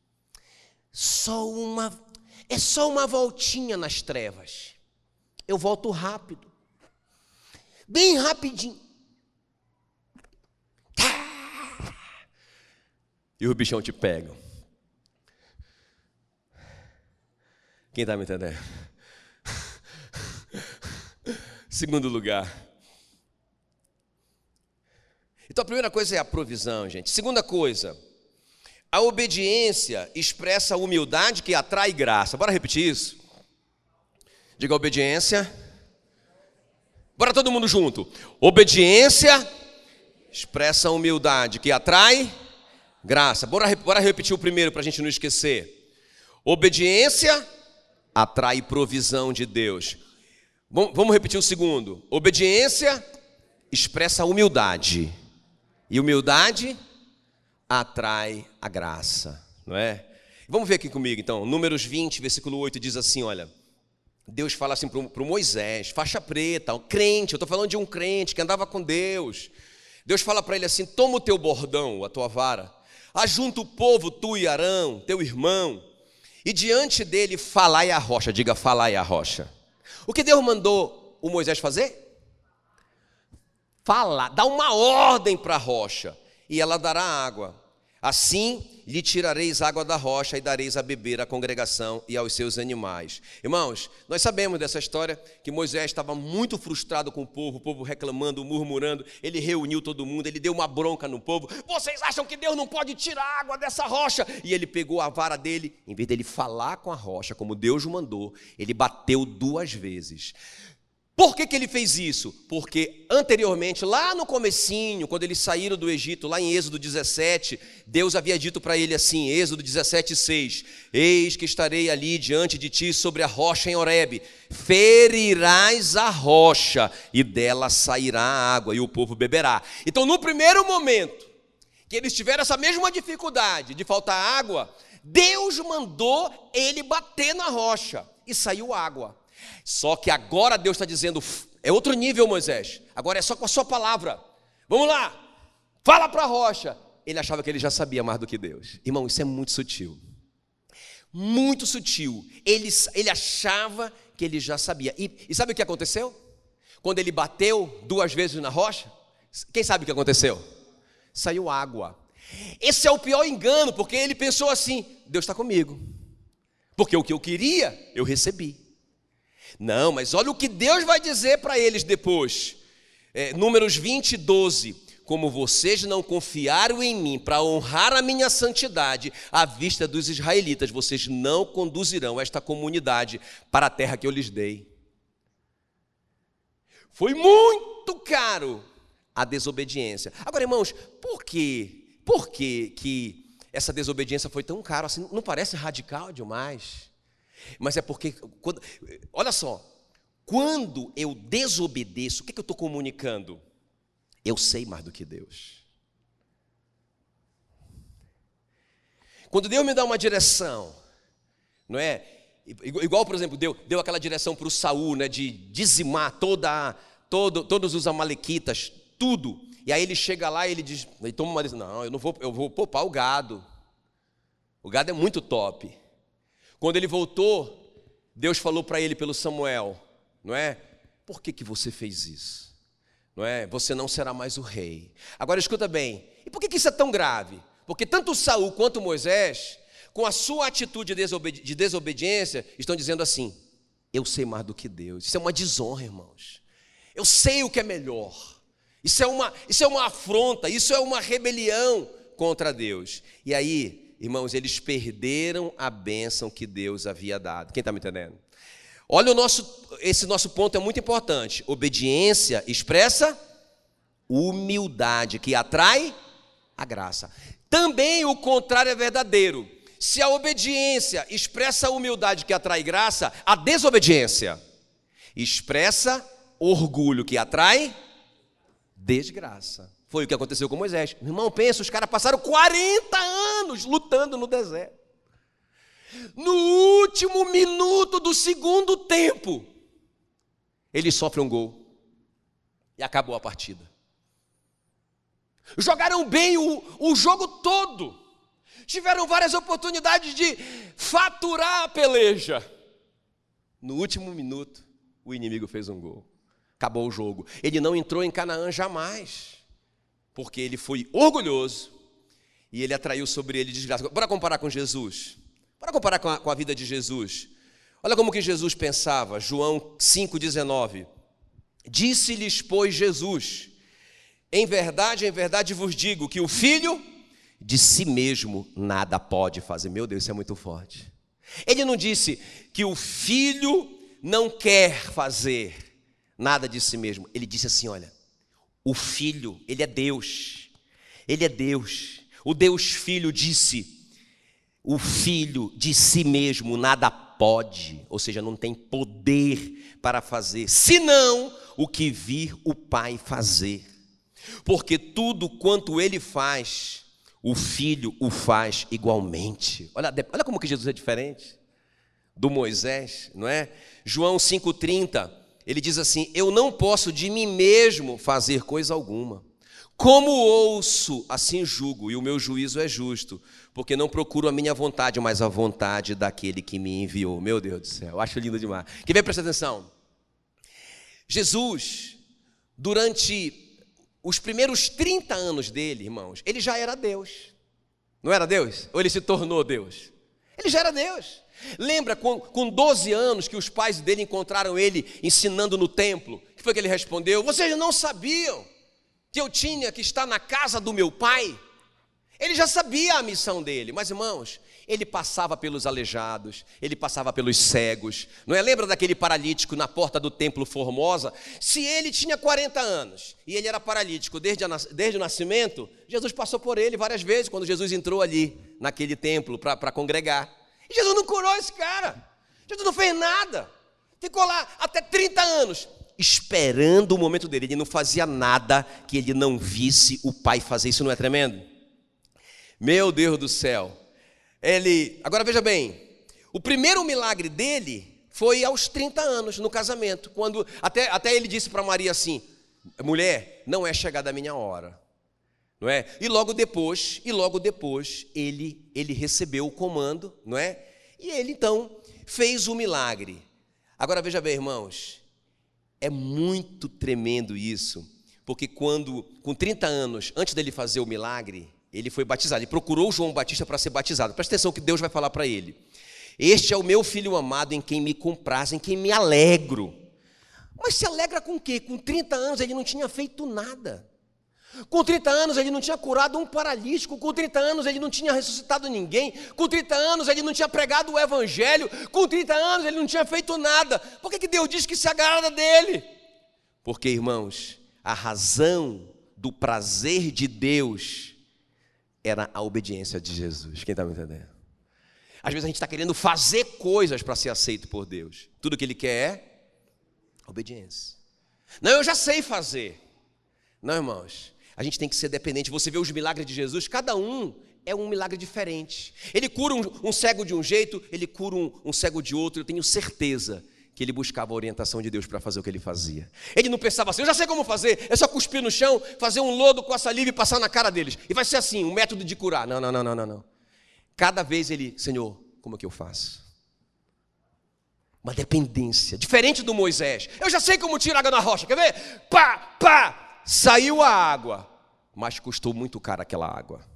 É só uma voltinha nas trevas. Eu volto rápido. Bem rapidinho. E o bichão te pega. Quem está me entendendo? Segundo lugar. Então a primeira coisa é a provisão, gente. Segunda coisa, a obediência expressa a humildade que atrai graça. Bora repetir isso? Diga obediência. Bora todo mundo junto. Obediência expressa a humildade que atrai graça. Bora repetir o primeiro para a gente não esquecer. Obediência atrai provisão de Deus. Vamos repetir o segundo. Obediência expressa a humildade. E humildade atrai a graça, não é? Vamos ver aqui comigo então. Números 20, versículo 8 diz assim, olha. Deus fala assim para o Moisés, faixa preta, um crente, eu estou falando de um crente que andava com Deus. Deus fala para ele assim, toma o teu bordão, a tua vara, ajunta o povo, tu e Arão, teu irmão, e diante dele falai a rocha, diga falai a rocha. O que Deus mandou o Moisés fazer? Falar, dar uma ordem para a rocha, e ela dará água. Assim lhe tirareis água da rocha e dareis a beber à congregação e aos seus animais. Irmãos, nós sabemos dessa história que Moisés estava muito frustrado com o povo reclamando, murmurando. Ele reuniu todo mundo, ele deu uma bronca no povo. Vocês acham que Deus não pode tirar água dessa rocha? E ele pegou a vara dele, em vez dele falar com a rocha, como Deus mandou, ele bateu 2 vezes. Por que ele fez isso? Porque anteriormente, lá no comecinho, quando eles saíram do Egito, lá em Êxodo 17, Deus havia dito para ele assim, Êxodo 17:6, eis que estarei ali diante de ti sobre a rocha em Horebe, ferirás a rocha e dela sairá a água e o povo beberá. Então no primeiro momento, que eles tiveram essa mesma dificuldade de faltar água, Deus mandou ele bater na rocha e saiu água. Só que agora Deus está dizendo, é outro nível, Moisés, agora é só com a sua palavra, vamos lá, fala para a rocha. Ele achava que ele já sabia mais do que Deus. Irmão, isso é muito sutil, muito sutil. Ele achava que ele já sabia. E sabe o que aconteceu? Quando ele bateu 2 vezes na rocha, quem sabe o que aconteceu? Saiu água. Esse é o pior engano, porque ele pensou assim, Deus está comigo, porque o que eu queria, eu recebi. Não, mas olha o que Deus vai dizer para eles depois. Números 20, 12. Como vocês não confiaram em mim para honrar a minha santidade à vista dos israelitas, vocês não conduzirão esta comunidade para a terra que eu lhes dei. Foi muito caro a desobediência. Agora, irmãos, por que que essa desobediência foi tão cara assim? Não parece radical demais? Mas é porque, olha só, quando eu desobedeço, o que eu estou comunicando? Eu sei mais do que Deus. Quando Deus me dá uma direção, não é? Igual, por exemplo, deu aquela direção para o Saul, né, de dizimar todos os amalequitas, tudo. E aí ele chega lá e ele toma uma decisão, não, eu vou poupar o gado. O gado é muito top. Quando ele voltou, Deus falou para ele pelo Samuel, não é? Por que você fez isso? Não é? Você não será mais o rei. Agora escuta bem, e por que isso é tão grave? Porque tanto Saul quanto Moisés, com a sua atitude de desobediência, estão dizendo assim, eu sei mais do que Deus. Isso é uma desonra, irmãos. Eu sei o que é melhor. Isso é uma afronta, isso é uma rebelião contra Deus. E aí, irmãos, eles perderam a bênção que Deus havia dado. Quem está me entendendo? Olha esse nosso ponto é muito importante. Obediência expressa humildade, que atrai a graça. Também o contrário é verdadeiro. Se a obediência expressa a humildade que atrai graça, a desobediência expressa orgulho que atrai desgraça. Foi o que aconteceu com Moisés. Meu irmão, pensa, os caras passaram 40 anos lutando no deserto. No último minuto do segundo tempo, ele sofre um gol e acabou a partida. Jogaram bem o jogo todo. Tiveram várias oportunidades de faturar a peleja. No último minuto, o inimigo fez um gol. Acabou o jogo. Ele não entrou em Canaã jamais, porque ele foi orgulhoso e ele atraiu sobre ele desgraça. Bora comparar com Jesus. Bora comparar com a vida de Jesus. Olha como que Jesus pensava. João 5,19. Disse-lhes, pois, Jesus: em verdade vos digo que o filho de si mesmo nada pode fazer. Meu Deus, isso é muito forte. Ele não disse que o filho não quer fazer nada de si mesmo. Ele disse assim, olha, o filho, ele é Deus. Ele é Deus. O Deus Filho disse, o filho de si mesmo nada pode, ou seja, não tem poder para fazer, senão o que vir o Pai fazer. Porque tudo quanto ele faz, o filho o faz igualmente. Olha como que Jesus é diferente do Moisés, não é? João 5,30, ele diz assim, eu não posso de mim mesmo fazer coisa alguma. Como ouço, assim julgo, e o meu juízo é justo, porque não procuro a minha vontade, mas a vontade daquele que me enviou. Meu Deus do céu, eu acho lindo demais. Quer ver? Presta atenção. Jesus, durante os primeiros 30 anos dele, irmãos, ele já era Deus. Não era Deus? Ou ele se tornou Deus? Ele já era Deus. Lembra com 12 anos que os pais dele encontraram ele ensinando no templo? O que foi que ele respondeu? Vocês não sabiam que eu tinha que estar na casa do meu pai? Ele já sabia a missão dele, mas irmãos, ele passava pelos aleijados, ele passava pelos cegos, não é? Lembra daquele paralítico na porta do templo Formosa? Se ele tinha 40 anos e ele era paralítico desde o nascimento, Jesus passou por ele várias vezes quando Jesus entrou ali naquele templo para congregar. E Jesus não curou esse cara, Jesus não fez nada, ficou lá até 30 anos, esperando o momento dele. Ele não fazia nada que ele não visse o pai fazer. Isso não é tremendo? Meu Deus do céu. Agora veja bem, o primeiro milagre dele foi aos 30 anos, no casamento, quando até ele disse para Maria assim, mulher, não é chegada a minha hora, não é? E logo depois ele recebeu o comando, não é? E ele então fez o milagre. Agora veja bem, irmãos, é muito tremendo isso, porque quando, com 30 anos, antes dele fazer o milagre, ele foi batizado, ele procurou João Batista para ser batizado. Presta atenção que Deus vai falar para ele. Este é o meu filho amado em quem me compraz, em quem me alegro. Mas se alegra com o quê? Com 30 anos ele não tinha feito nada. Com 30 anos ele não tinha curado um paralítico. Com 30 anos ele não tinha ressuscitado ninguém. Com 30 anos ele não tinha pregado o evangelho. Com 30 anos ele não tinha feito nada. Por que Deus diz que se agrada dele? Porque, irmãos, a razão do prazer de Deus era a obediência de Jesus. Quem está me entendendo? Às vezes a gente está querendo fazer coisas para ser aceito por Deus. Tudo que Ele quer é obediência. Não, eu já sei fazer. Não, irmãos, a gente tem que ser dependente. Você vê os milagres de Jesus, cada um é um milagre diferente. Ele cura um cego de um jeito, ele cura um cego de outro. Eu tenho certeza que ele buscava a orientação de Deus para fazer o que ele fazia. Ele não pensava assim, eu já sei como fazer, é só cuspir no chão, fazer um lodo com a saliva e passar na cara deles. E vai ser assim, um método de curar. Não. Cada vez ele, Senhor, como é que eu faço? Uma dependência, diferente do Moisés. Eu já sei como tirar água da rocha, quer ver? Pá, saiu a água, mas custou muito caro aquela água.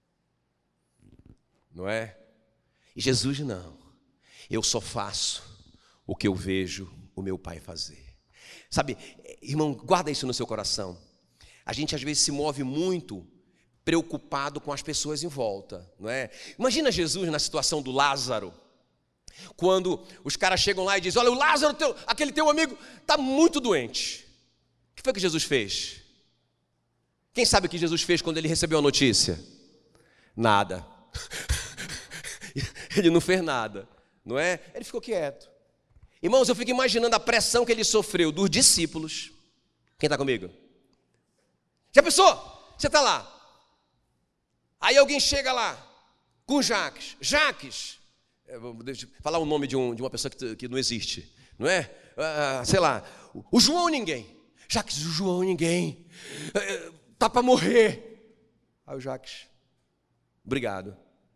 Não é? E Jesus não, eu só faço o que eu vejo o meu pai fazer. Sabe, irmão, guarda isso no seu coração. A gente às vezes se move muito preocupado com as pessoas em volta, não é? Imagina Jesus na situação do Lázaro. Quando os caras chegam lá e dizem: olha, o Lázaro, aquele teu amigo, está muito doente. O que foi que Jesus fez? Quem sabe o que Jesus fez quando ele recebeu a notícia? Nada. Ele não fez nada, não é? Ele ficou quieto. Irmãos, eu fico imaginando a pressão que ele sofreu dos discípulos. Quem está comigo? Já pensou? Você está lá. Aí alguém chega lá com Jaques. Jaques, deixa eu falar o nome de uma pessoa que não existe, não é? Sei lá, o João ninguém. Jaques, o João ninguém. Está para morrer. Aí o Jaques: obrigado.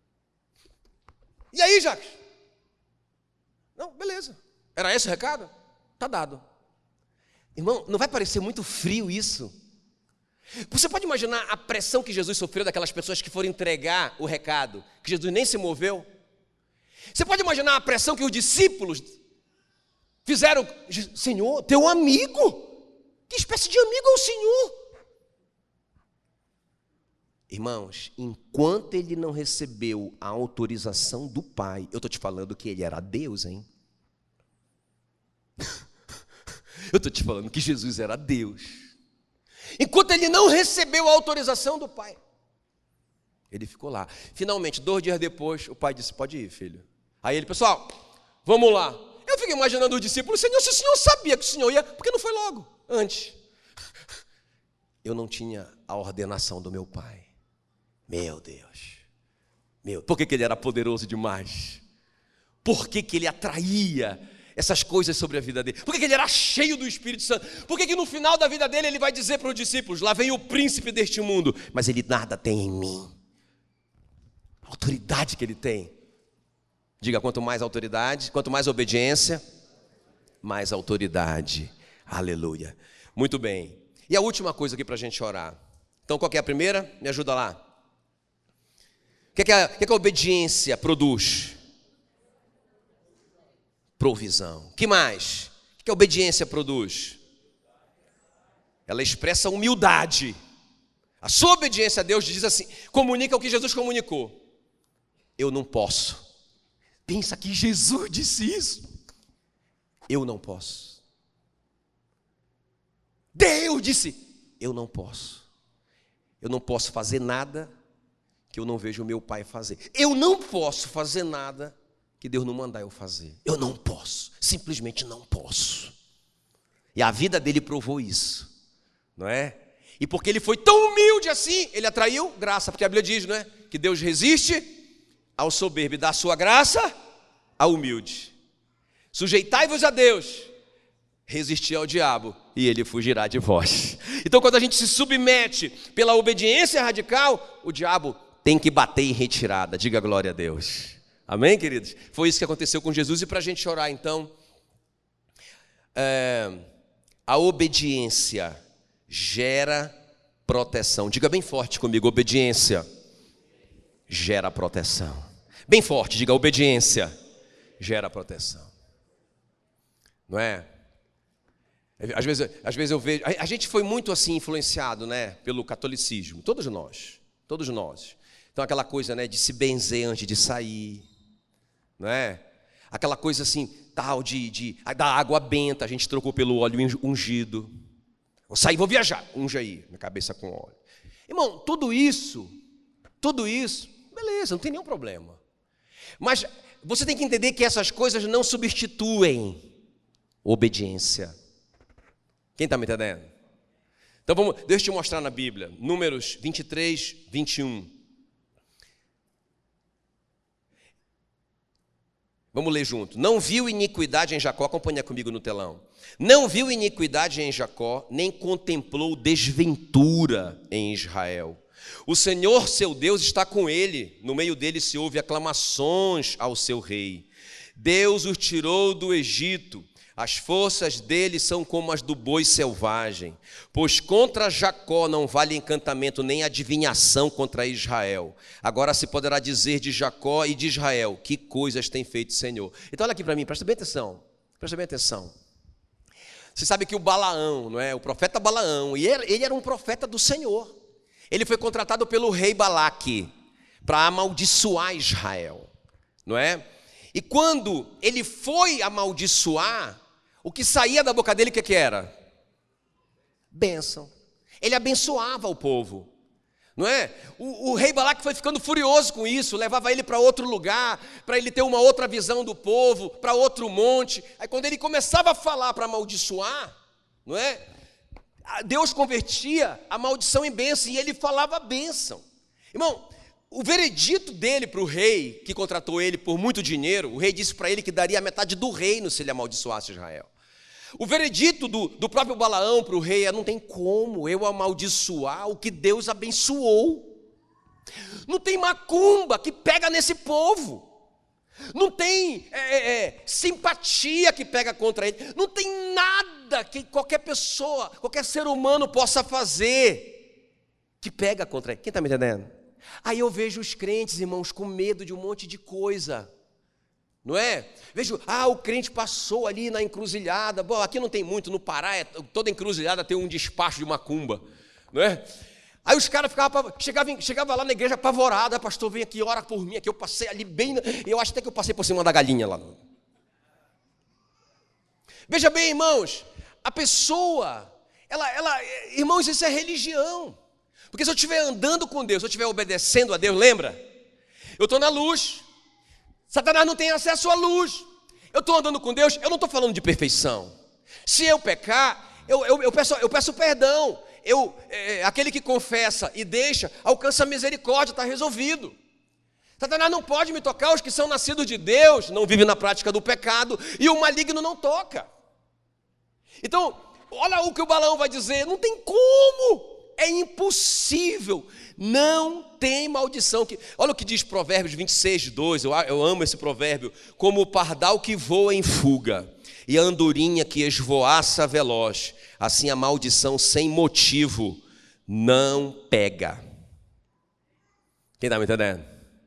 E aí, Jaques? Não, beleza. Era esse o recado? Está dado. Irmão, não vai parecer muito frio isso? Você pode imaginar a pressão que Jesus sofreu daquelas pessoas que foram entregar o recado, que Jesus nem se moveu? Você pode imaginar a pressão que os discípulos fizeram? Senhor, teu amigo? Que espécie de amigo é o Senhor? Irmãos, enquanto ele não recebeu a autorização do Pai, eu estou te falando que ele era Deus, hein? Eu estou te falando que Jesus era Deus. Enquanto ele não recebeu a autorização do Pai, ele ficou lá. Finalmente, 2 dias depois, o Pai disse: pode ir, filho. Aí ele: pessoal, vamos lá. Eu fico imaginando os discípulos: Senhor, se o Senhor sabia que o Senhor ia, por que não foi logo, antes? Eu não tinha a ordenação do meu Pai. Meu Deus. Por que ele era poderoso demais? Por que ele atraía essas coisas sobre a vida dele? Por que ele era cheio do Espírito Santo? Por que no final da vida dele ele vai dizer para os discípulos: lá vem o príncipe deste mundo, mas ele nada tem em mim? A autoridade que ele tem. Diga: quanto mais autoridade, quanto mais obediência, mais autoridade. Aleluia. Muito bem. E a última coisa aqui para a gente orar. Então, qual que é a primeira? Me ajuda lá. O que a obediência produz? Provisão. O que mais? O que a obediência produz? Ela expressa humildade. A sua obediência a Deus diz assim, comunica o que Jesus comunicou: eu não posso. Pensa que Jesus disse isso. Eu não posso. Deus disse: eu não posso. Eu não posso fazer nada que eu não vejo o meu Pai fazer. Eu não posso fazer nada que Deus não mandar eu fazer. Eu não posso, simplesmente não posso. E a vida dele provou isso, não é? E porque ele foi tão humilde assim, ele atraiu graça, porque a Bíblia diz, não é? Que Deus resiste ao soberbo e dá a sua graça ao humilde. Sujeitai-vos a Deus, resistir ao diabo e ele fugirá de vós. Então, quando a gente se submete pela obediência radical, o diabo tem que bater em retirada. Diga glória a Deus. Amém, queridos? Foi isso que aconteceu com Jesus. E para a gente orar, então, a obediência gera proteção. Diga bem forte comigo: obediência gera proteção. Bem forte, diga: obediência gera proteção. Não é? Às vezes eu vejo, a gente foi muito assim influenciado, né, pelo catolicismo, todos nós. Então aquela coisa, né, de se benzer antes de sair, não é? Aquela coisa assim, tal da água benta, a gente trocou pelo óleo ungido. Vou sair, vou viajar, unge aí, minha cabeça com óleo. Irmão, tudo isso, beleza, não tem nenhum problema. Mas você tem que entender que essas coisas não substituem obediência. Quem está me entendendo? Então deixa eu te mostrar na Bíblia, Números 23, 21. Vamos ler junto. Não viu iniquidade em Jacó, acompanha comigo no telão. Não viu iniquidade em Jacó, nem contemplou desventura em Israel. O Senhor seu Deus está com ele, no meio dele se ouve aclamações ao seu rei. Deus os tirou do Egito, as forças dele são como as do boi selvagem. Pois contra Jacó não vale encantamento, nem adivinhação contra Israel. Agora se poderá dizer de Jacó e de Israel: que coisas tem feito o Senhor. Então olha aqui para mim, presta bem atenção. Você sabe que o Balaão, não é? O profeta Balaão, e ele era um profeta do Senhor. Ele foi contratado pelo rei Balaque para amaldiçoar Israel, não é? E quando ele foi amaldiçoar, o que saía da boca dele, o que era? Bênção. Ele abençoava o povo, não é? O rei Balaque foi ficando furioso com isso, levava ele para outro lugar, para ele ter uma outra visão do povo, para outro monte. Aí quando ele começava a falar para amaldiçoar, não é? Deus convertia a maldição em bênção e ele falava a bênção. Irmão, o veredito dele para o rei, que contratou ele por muito dinheiro, o rei disse para ele que daria a metade do reino se ele amaldiçoasse Israel. O veredito do próprio Balaão para o rei é: não tem como eu amaldiçoar o que Deus abençoou. Não tem macumba que pega nesse povo. Não tem simpatia que pega contra ele. Não tem nada que qualquer pessoa, qualquer ser humano possa fazer que pega contra ele. Quem está me entendendo? Aí eu vejo os crentes, irmãos, com medo de um monte de coisa. Não é? Vejo, o crente passou ali na encruzilhada. Bom, aqui não tem muito, no Pará, toda encruzilhada tem um despacho de macumba, não é? Aí os caras chegavam lá na igreja apavorado: pastor, vem aqui, ora por mim, aqui eu passei ali bem, eu acho até que eu passei por cima da galinha lá. Veja bem, irmãos, a pessoa, irmãos, isso é religião. Porque se eu estiver andando com Deus, se eu estiver obedecendo a Deus, lembra? Eu estou na luz. Satanás não tem acesso à luz. Eu estou andando com Deus, eu não estou falando de perfeição. Se eu pecar, eu peço perdão. Aquele que confessa e deixa, alcança a misericórdia, está resolvido. Satanás não pode me tocar. Os que são nascidos de Deus não vivem na prática do pecado, e o maligno não toca. Então, olha o que o Balaão vai dizer: não tem como, é impossível. Não tem maldição. Olha o que diz Provérbios 26, 2. Eu amo esse provérbio. Como o pardal que voa em fuga e a andorinha que esvoaça veloz, assim a maldição sem motivo não pega. Quem está me entendendo?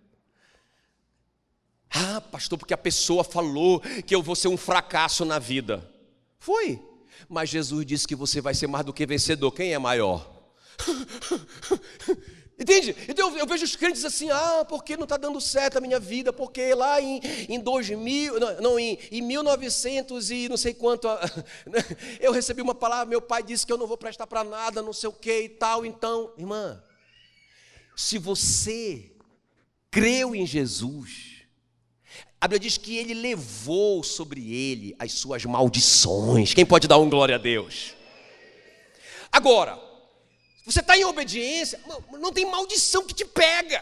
Pastor, porque a pessoa falou que eu vou ser um fracasso na vida. Foi. Mas Jesus disse que você vai ser mais do que vencedor. Quem é maior? Entende? Então eu vejo os crentes assim: porque não está dando certo a minha vida, porque lá em 2000, em 1900 e não sei quanto, eu recebi uma palavra, meu pai disse que eu não vou prestar para nada, não sei o que e tal. Então, irmã, se você creu em Jesus, a Bíblia diz que ele levou sobre ele as suas maldições. Quem pode dar um glória a Deus? Agora, você está em obediência, não tem maldição que te pega.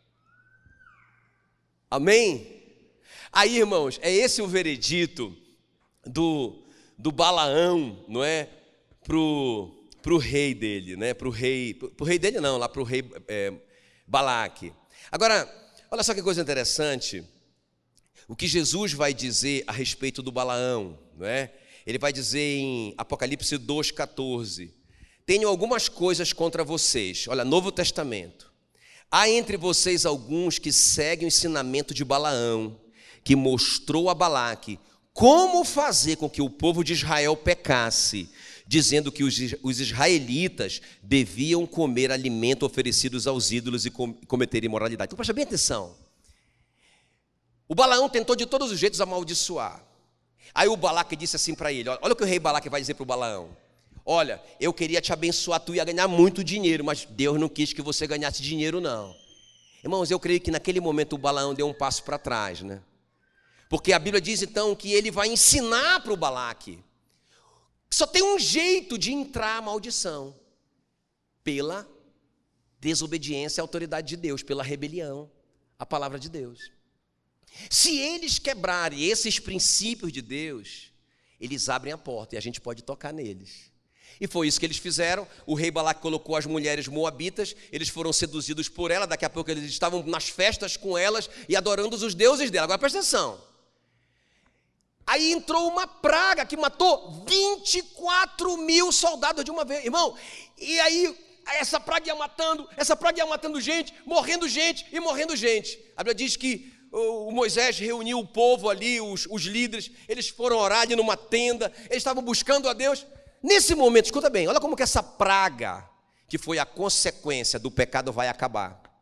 Amém? Aí, irmãos, é esse o veredito do Balaão, não é? Pro rei dele, né? Pro rei dele não, lá pro rei Balaque. Agora, olha só que coisa interessante. O que Jesus vai dizer a respeito do Balaão, não é? Ele vai dizer em Apocalipse 2,14: tenho algumas coisas contra vocês. Olha, Novo Testamento. Há entre vocês alguns que seguem o ensinamento de Balaão, que mostrou a Balaque como fazer com que o povo de Israel pecasse, dizendo que os israelitas deviam comer alimento oferecidos aos ídolos e cometer imoralidade. Então presta bem atenção. O Balaão tentou de todos os jeitos amaldiçoar. Aí o Balaque disse assim para ele: olha o que o rei Balaque vai dizer para o Balaão: olha, eu queria te abençoar, tu ia ganhar muito dinheiro, mas Deus não quis que você ganhasse dinheiro, não. Irmãos, eu creio que naquele momento o Balaão deu um passo para trás, né? Porque a Bíblia diz então que ele vai ensinar para o Balaque. Só tem um jeito de entrar a maldição: pela desobediência à autoridade de Deus, pela rebelião à palavra de Deus. Se eles quebrarem esses princípios de Deus, eles abrem a porta e a gente pode tocar neles. E foi isso que eles fizeram. O rei Balaque colocou as mulheres moabitas, eles foram seduzidos por ela, daqui a pouco eles estavam nas festas com elas e adorando os deuses dela. Agora presta atenção. Aí entrou uma praga que matou 24 mil soldados de uma vez, irmão. E aí essa praga ia matando gente, morrendo gente e morrendo gente. A Bíblia diz que o Moisés reuniu o povo ali, os líderes, eles foram orar ali numa tenda, eles estavam buscando a Deus. Nesse momento, escuta bem, olha como que essa praga, que foi a consequência do pecado, vai acabar.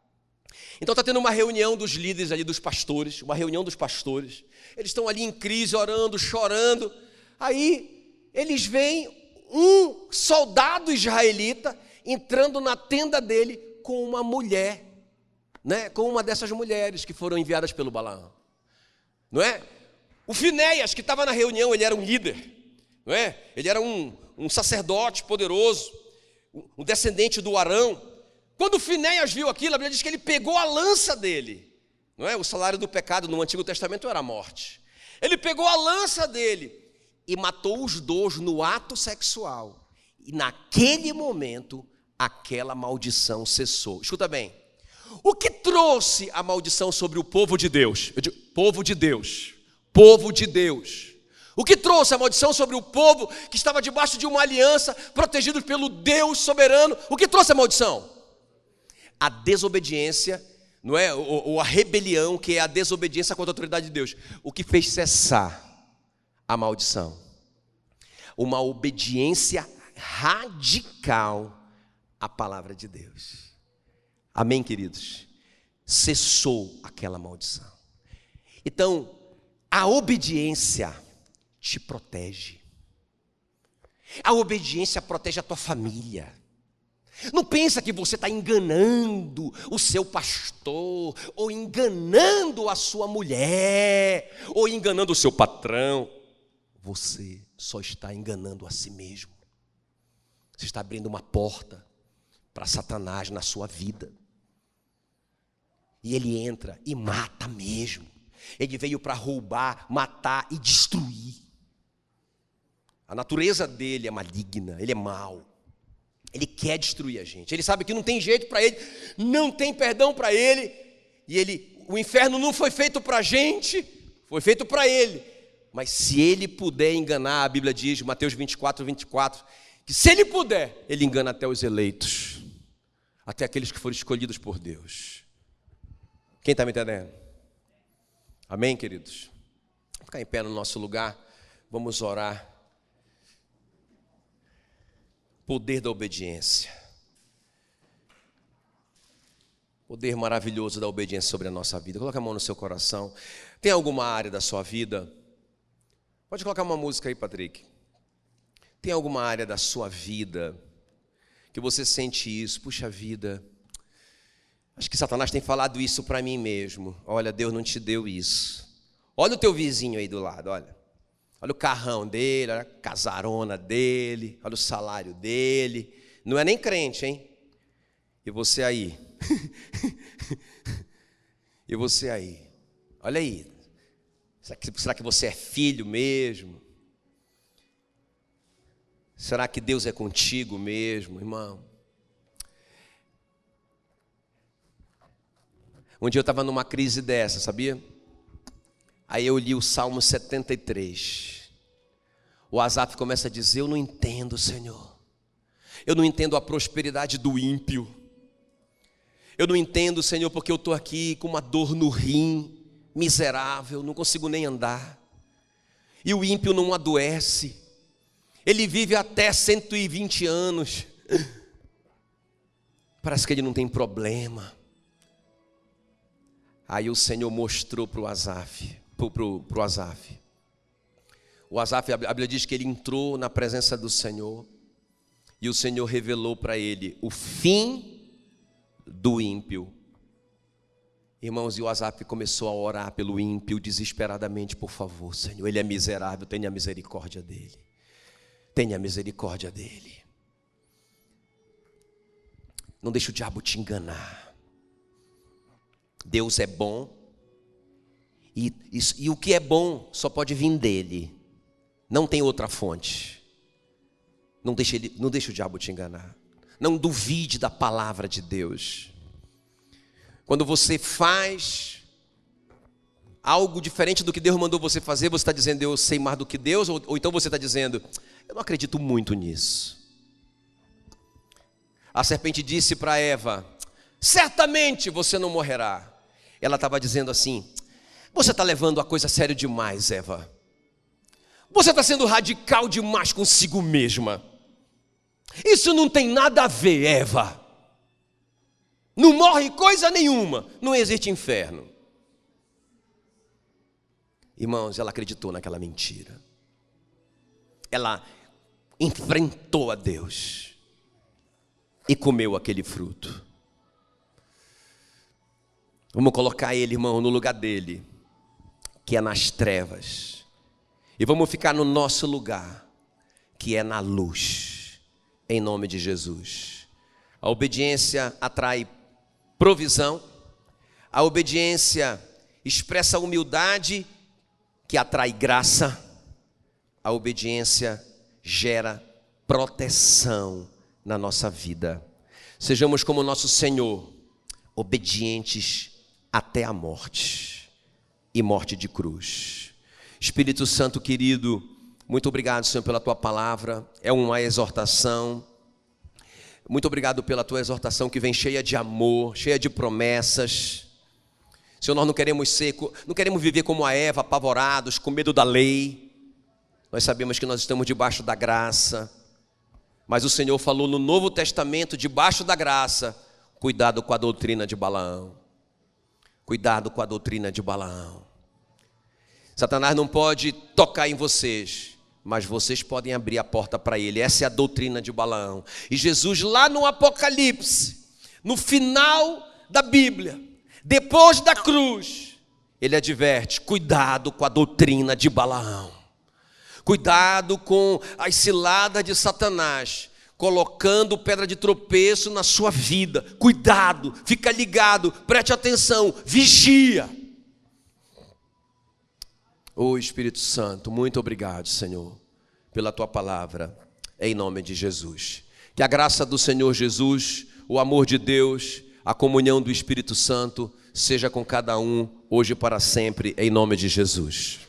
Então está tendo uma reunião dos líderes ali, dos pastores, uma reunião dos pastores. Eles estão ali em crise, orando, chorando. Aí eles veem um soldado israelita entrando na tenda dele com uma mulher, né? Com uma dessas mulheres que foram enviadas pelo Balaão, não é? O Finéias, que estava na reunião, ele era um líder, não é? Ele era um sacerdote poderoso, um descendente do Arão. Quando o Finéias viu aquilo, a Bíblia diz que ele pegou a lança dele, não é? O salário do pecado no Antigo Testamento era a morte. Ele pegou a lança dele e matou os dois no ato sexual. E naquele momento, aquela maldição cessou. Escuta bem, o que trouxe a maldição sobre o povo de Deus? Eu digo, povo de Deus, povo de Deus. O que trouxe a maldição sobre o povo que estava debaixo de uma aliança, protegido pelo Deus soberano? O que trouxe a maldição? A desobediência, não é? Ou a rebelião, que é a desobediência contra a autoridade de Deus. O que fez cessar a maldição? Uma obediência radical à palavra de Deus. Amém, queridos? Cessou aquela maldição. Então, a obediência te protege. A obediência protege a tua família. Não pensa que você está enganando o seu pastor, ou enganando a sua mulher, ou enganando o seu patrão. Você só está enganando a si mesmo. Você está abrindo uma porta para Satanás na sua vida. E ele entra e mata mesmo. Ele veio para roubar, matar e destruir. A natureza dele é maligna, ele é mau. Ele quer destruir a gente. Ele sabe que não tem jeito para ele, não tem perdão para ele. E o inferno não foi feito para a gente, foi feito para ele. Mas se ele puder enganar, a Bíblia diz, Mateus 24, que se ele puder, ele engana até os eleitos, até aqueles que foram escolhidos por Deus. Quem está me entendendo? Amém, queridos? Vamos ficar em pé no nosso lugar, vamos orar. Poder da obediência. Poder maravilhoso da obediência sobre a nossa vida. Coloca a mão no seu coração. Tem alguma área da sua vida? Pode colocar uma música aí, Patrick. Tem alguma área da sua vida que você sente isso? Puxa vida, acho que Satanás tem falado isso para mim mesmo. Olha, Deus não te deu isso. Olha o teu vizinho aí do lado, olha. Olha o carrão dele, olha a casarona dele, olha o salário dele. Não é nem crente, hein? E você aí? E você aí? Olha aí. Será que você é filho mesmo? Será que Deus é contigo mesmo, irmão? Um dia eu estava numa crise dessa, sabia? Aí eu li o Salmo 73. O Asaf começa a dizer, eu não entendo, Senhor. Eu não entendo a prosperidade do ímpio. Eu não entendo, Senhor, porque eu estou aqui com uma dor no rim, miserável, não consigo nem andar. E o ímpio não adoece. Ele vive até 120 anos. Parece que ele não tem problema. Aí o Senhor mostrou para o Asaf. Pro Asaf. O Asaf, a Bíblia diz que ele entrou na presença do Senhor e o Senhor revelou para ele o fim do ímpio. Irmãos, e o Asaf começou a orar pelo ímpio desesperadamente. Por favor, Senhor, ele é miserável, tenha misericórdia dele. Tenha misericórdia dele. Não deixe o diabo te enganar. Deus é bom. E o que é bom só pode vir dele. Não tem outra fonte. Não deixe o diabo te enganar. Não duvide da palavra de Deus. Quando você faz algo diferente do que Deus mandou você fazer, você está dizendo, eu sei mais do que Deus, ou então você está dizendo, eu não acredito muito nisso. A serpente disse para Eva, certamente você não morrerá. Ela estava dizendo assim, você está levando a coisa a sério demais, Eva. Você está sendo radical demais consigo mesma. Isso não tem nada a ver, Eva. não morre coisa nenhuma, não existe inferno. Irmãos, ela acreditou naquela mentira. Ela enfrentou a Deus e comeu aquele fruto. Vamos colocar ele, irmão, no lugar dele, que é nas trevas. E vamos ficar no nosso lugar, que é na luz, em nome de Jesus. A obediência atrai provisão. A obediência expressa humildade, que atrai graça. A obediência gera proteção na nossa vida. Sejamos como nosso Senhor, obedientes até a morte, e morte de cruz. Espírito Santo querido, muito obrigado, Senhor, pela Tua palavra. É uma exortação. Muito obrigado pela Tua exortação que vem cheia de amor, cheia de promessas. Senhor, nós não queremos viver como a Eva, apavorados, com medo da lei. Nós sabemos que nós estamos debaixo da graça. Mas o Senhor falou no Novo Testamento, debaixo da graça, cuidado com a doutrina de Balaão. Cuidado com a doutrina de Balaão. Satanás não pode tocar em vocês, mas vocês podem abrir a porta para ele. Essa é a doutrina de Balaão. E Jesus, lá no Apocalipse, no final da Bíblia, depois da cruz, ele adverte: cuidado com a doutrina de Balaão. Cuidado com as ciladas de Satanás, colocando pedra de tropeço na sua vida. Cuidado, fica ligado, preste atenção, vigia. Espírito Santo, muito obrigado, Senhor, pela Tua palavra, em nome de Jesus. Que a graça do Senhor Jesus, o amor de Deus, a comunhão do Espírito Santo, seja com cada um, hoje e para sempre, em nome de Jesus.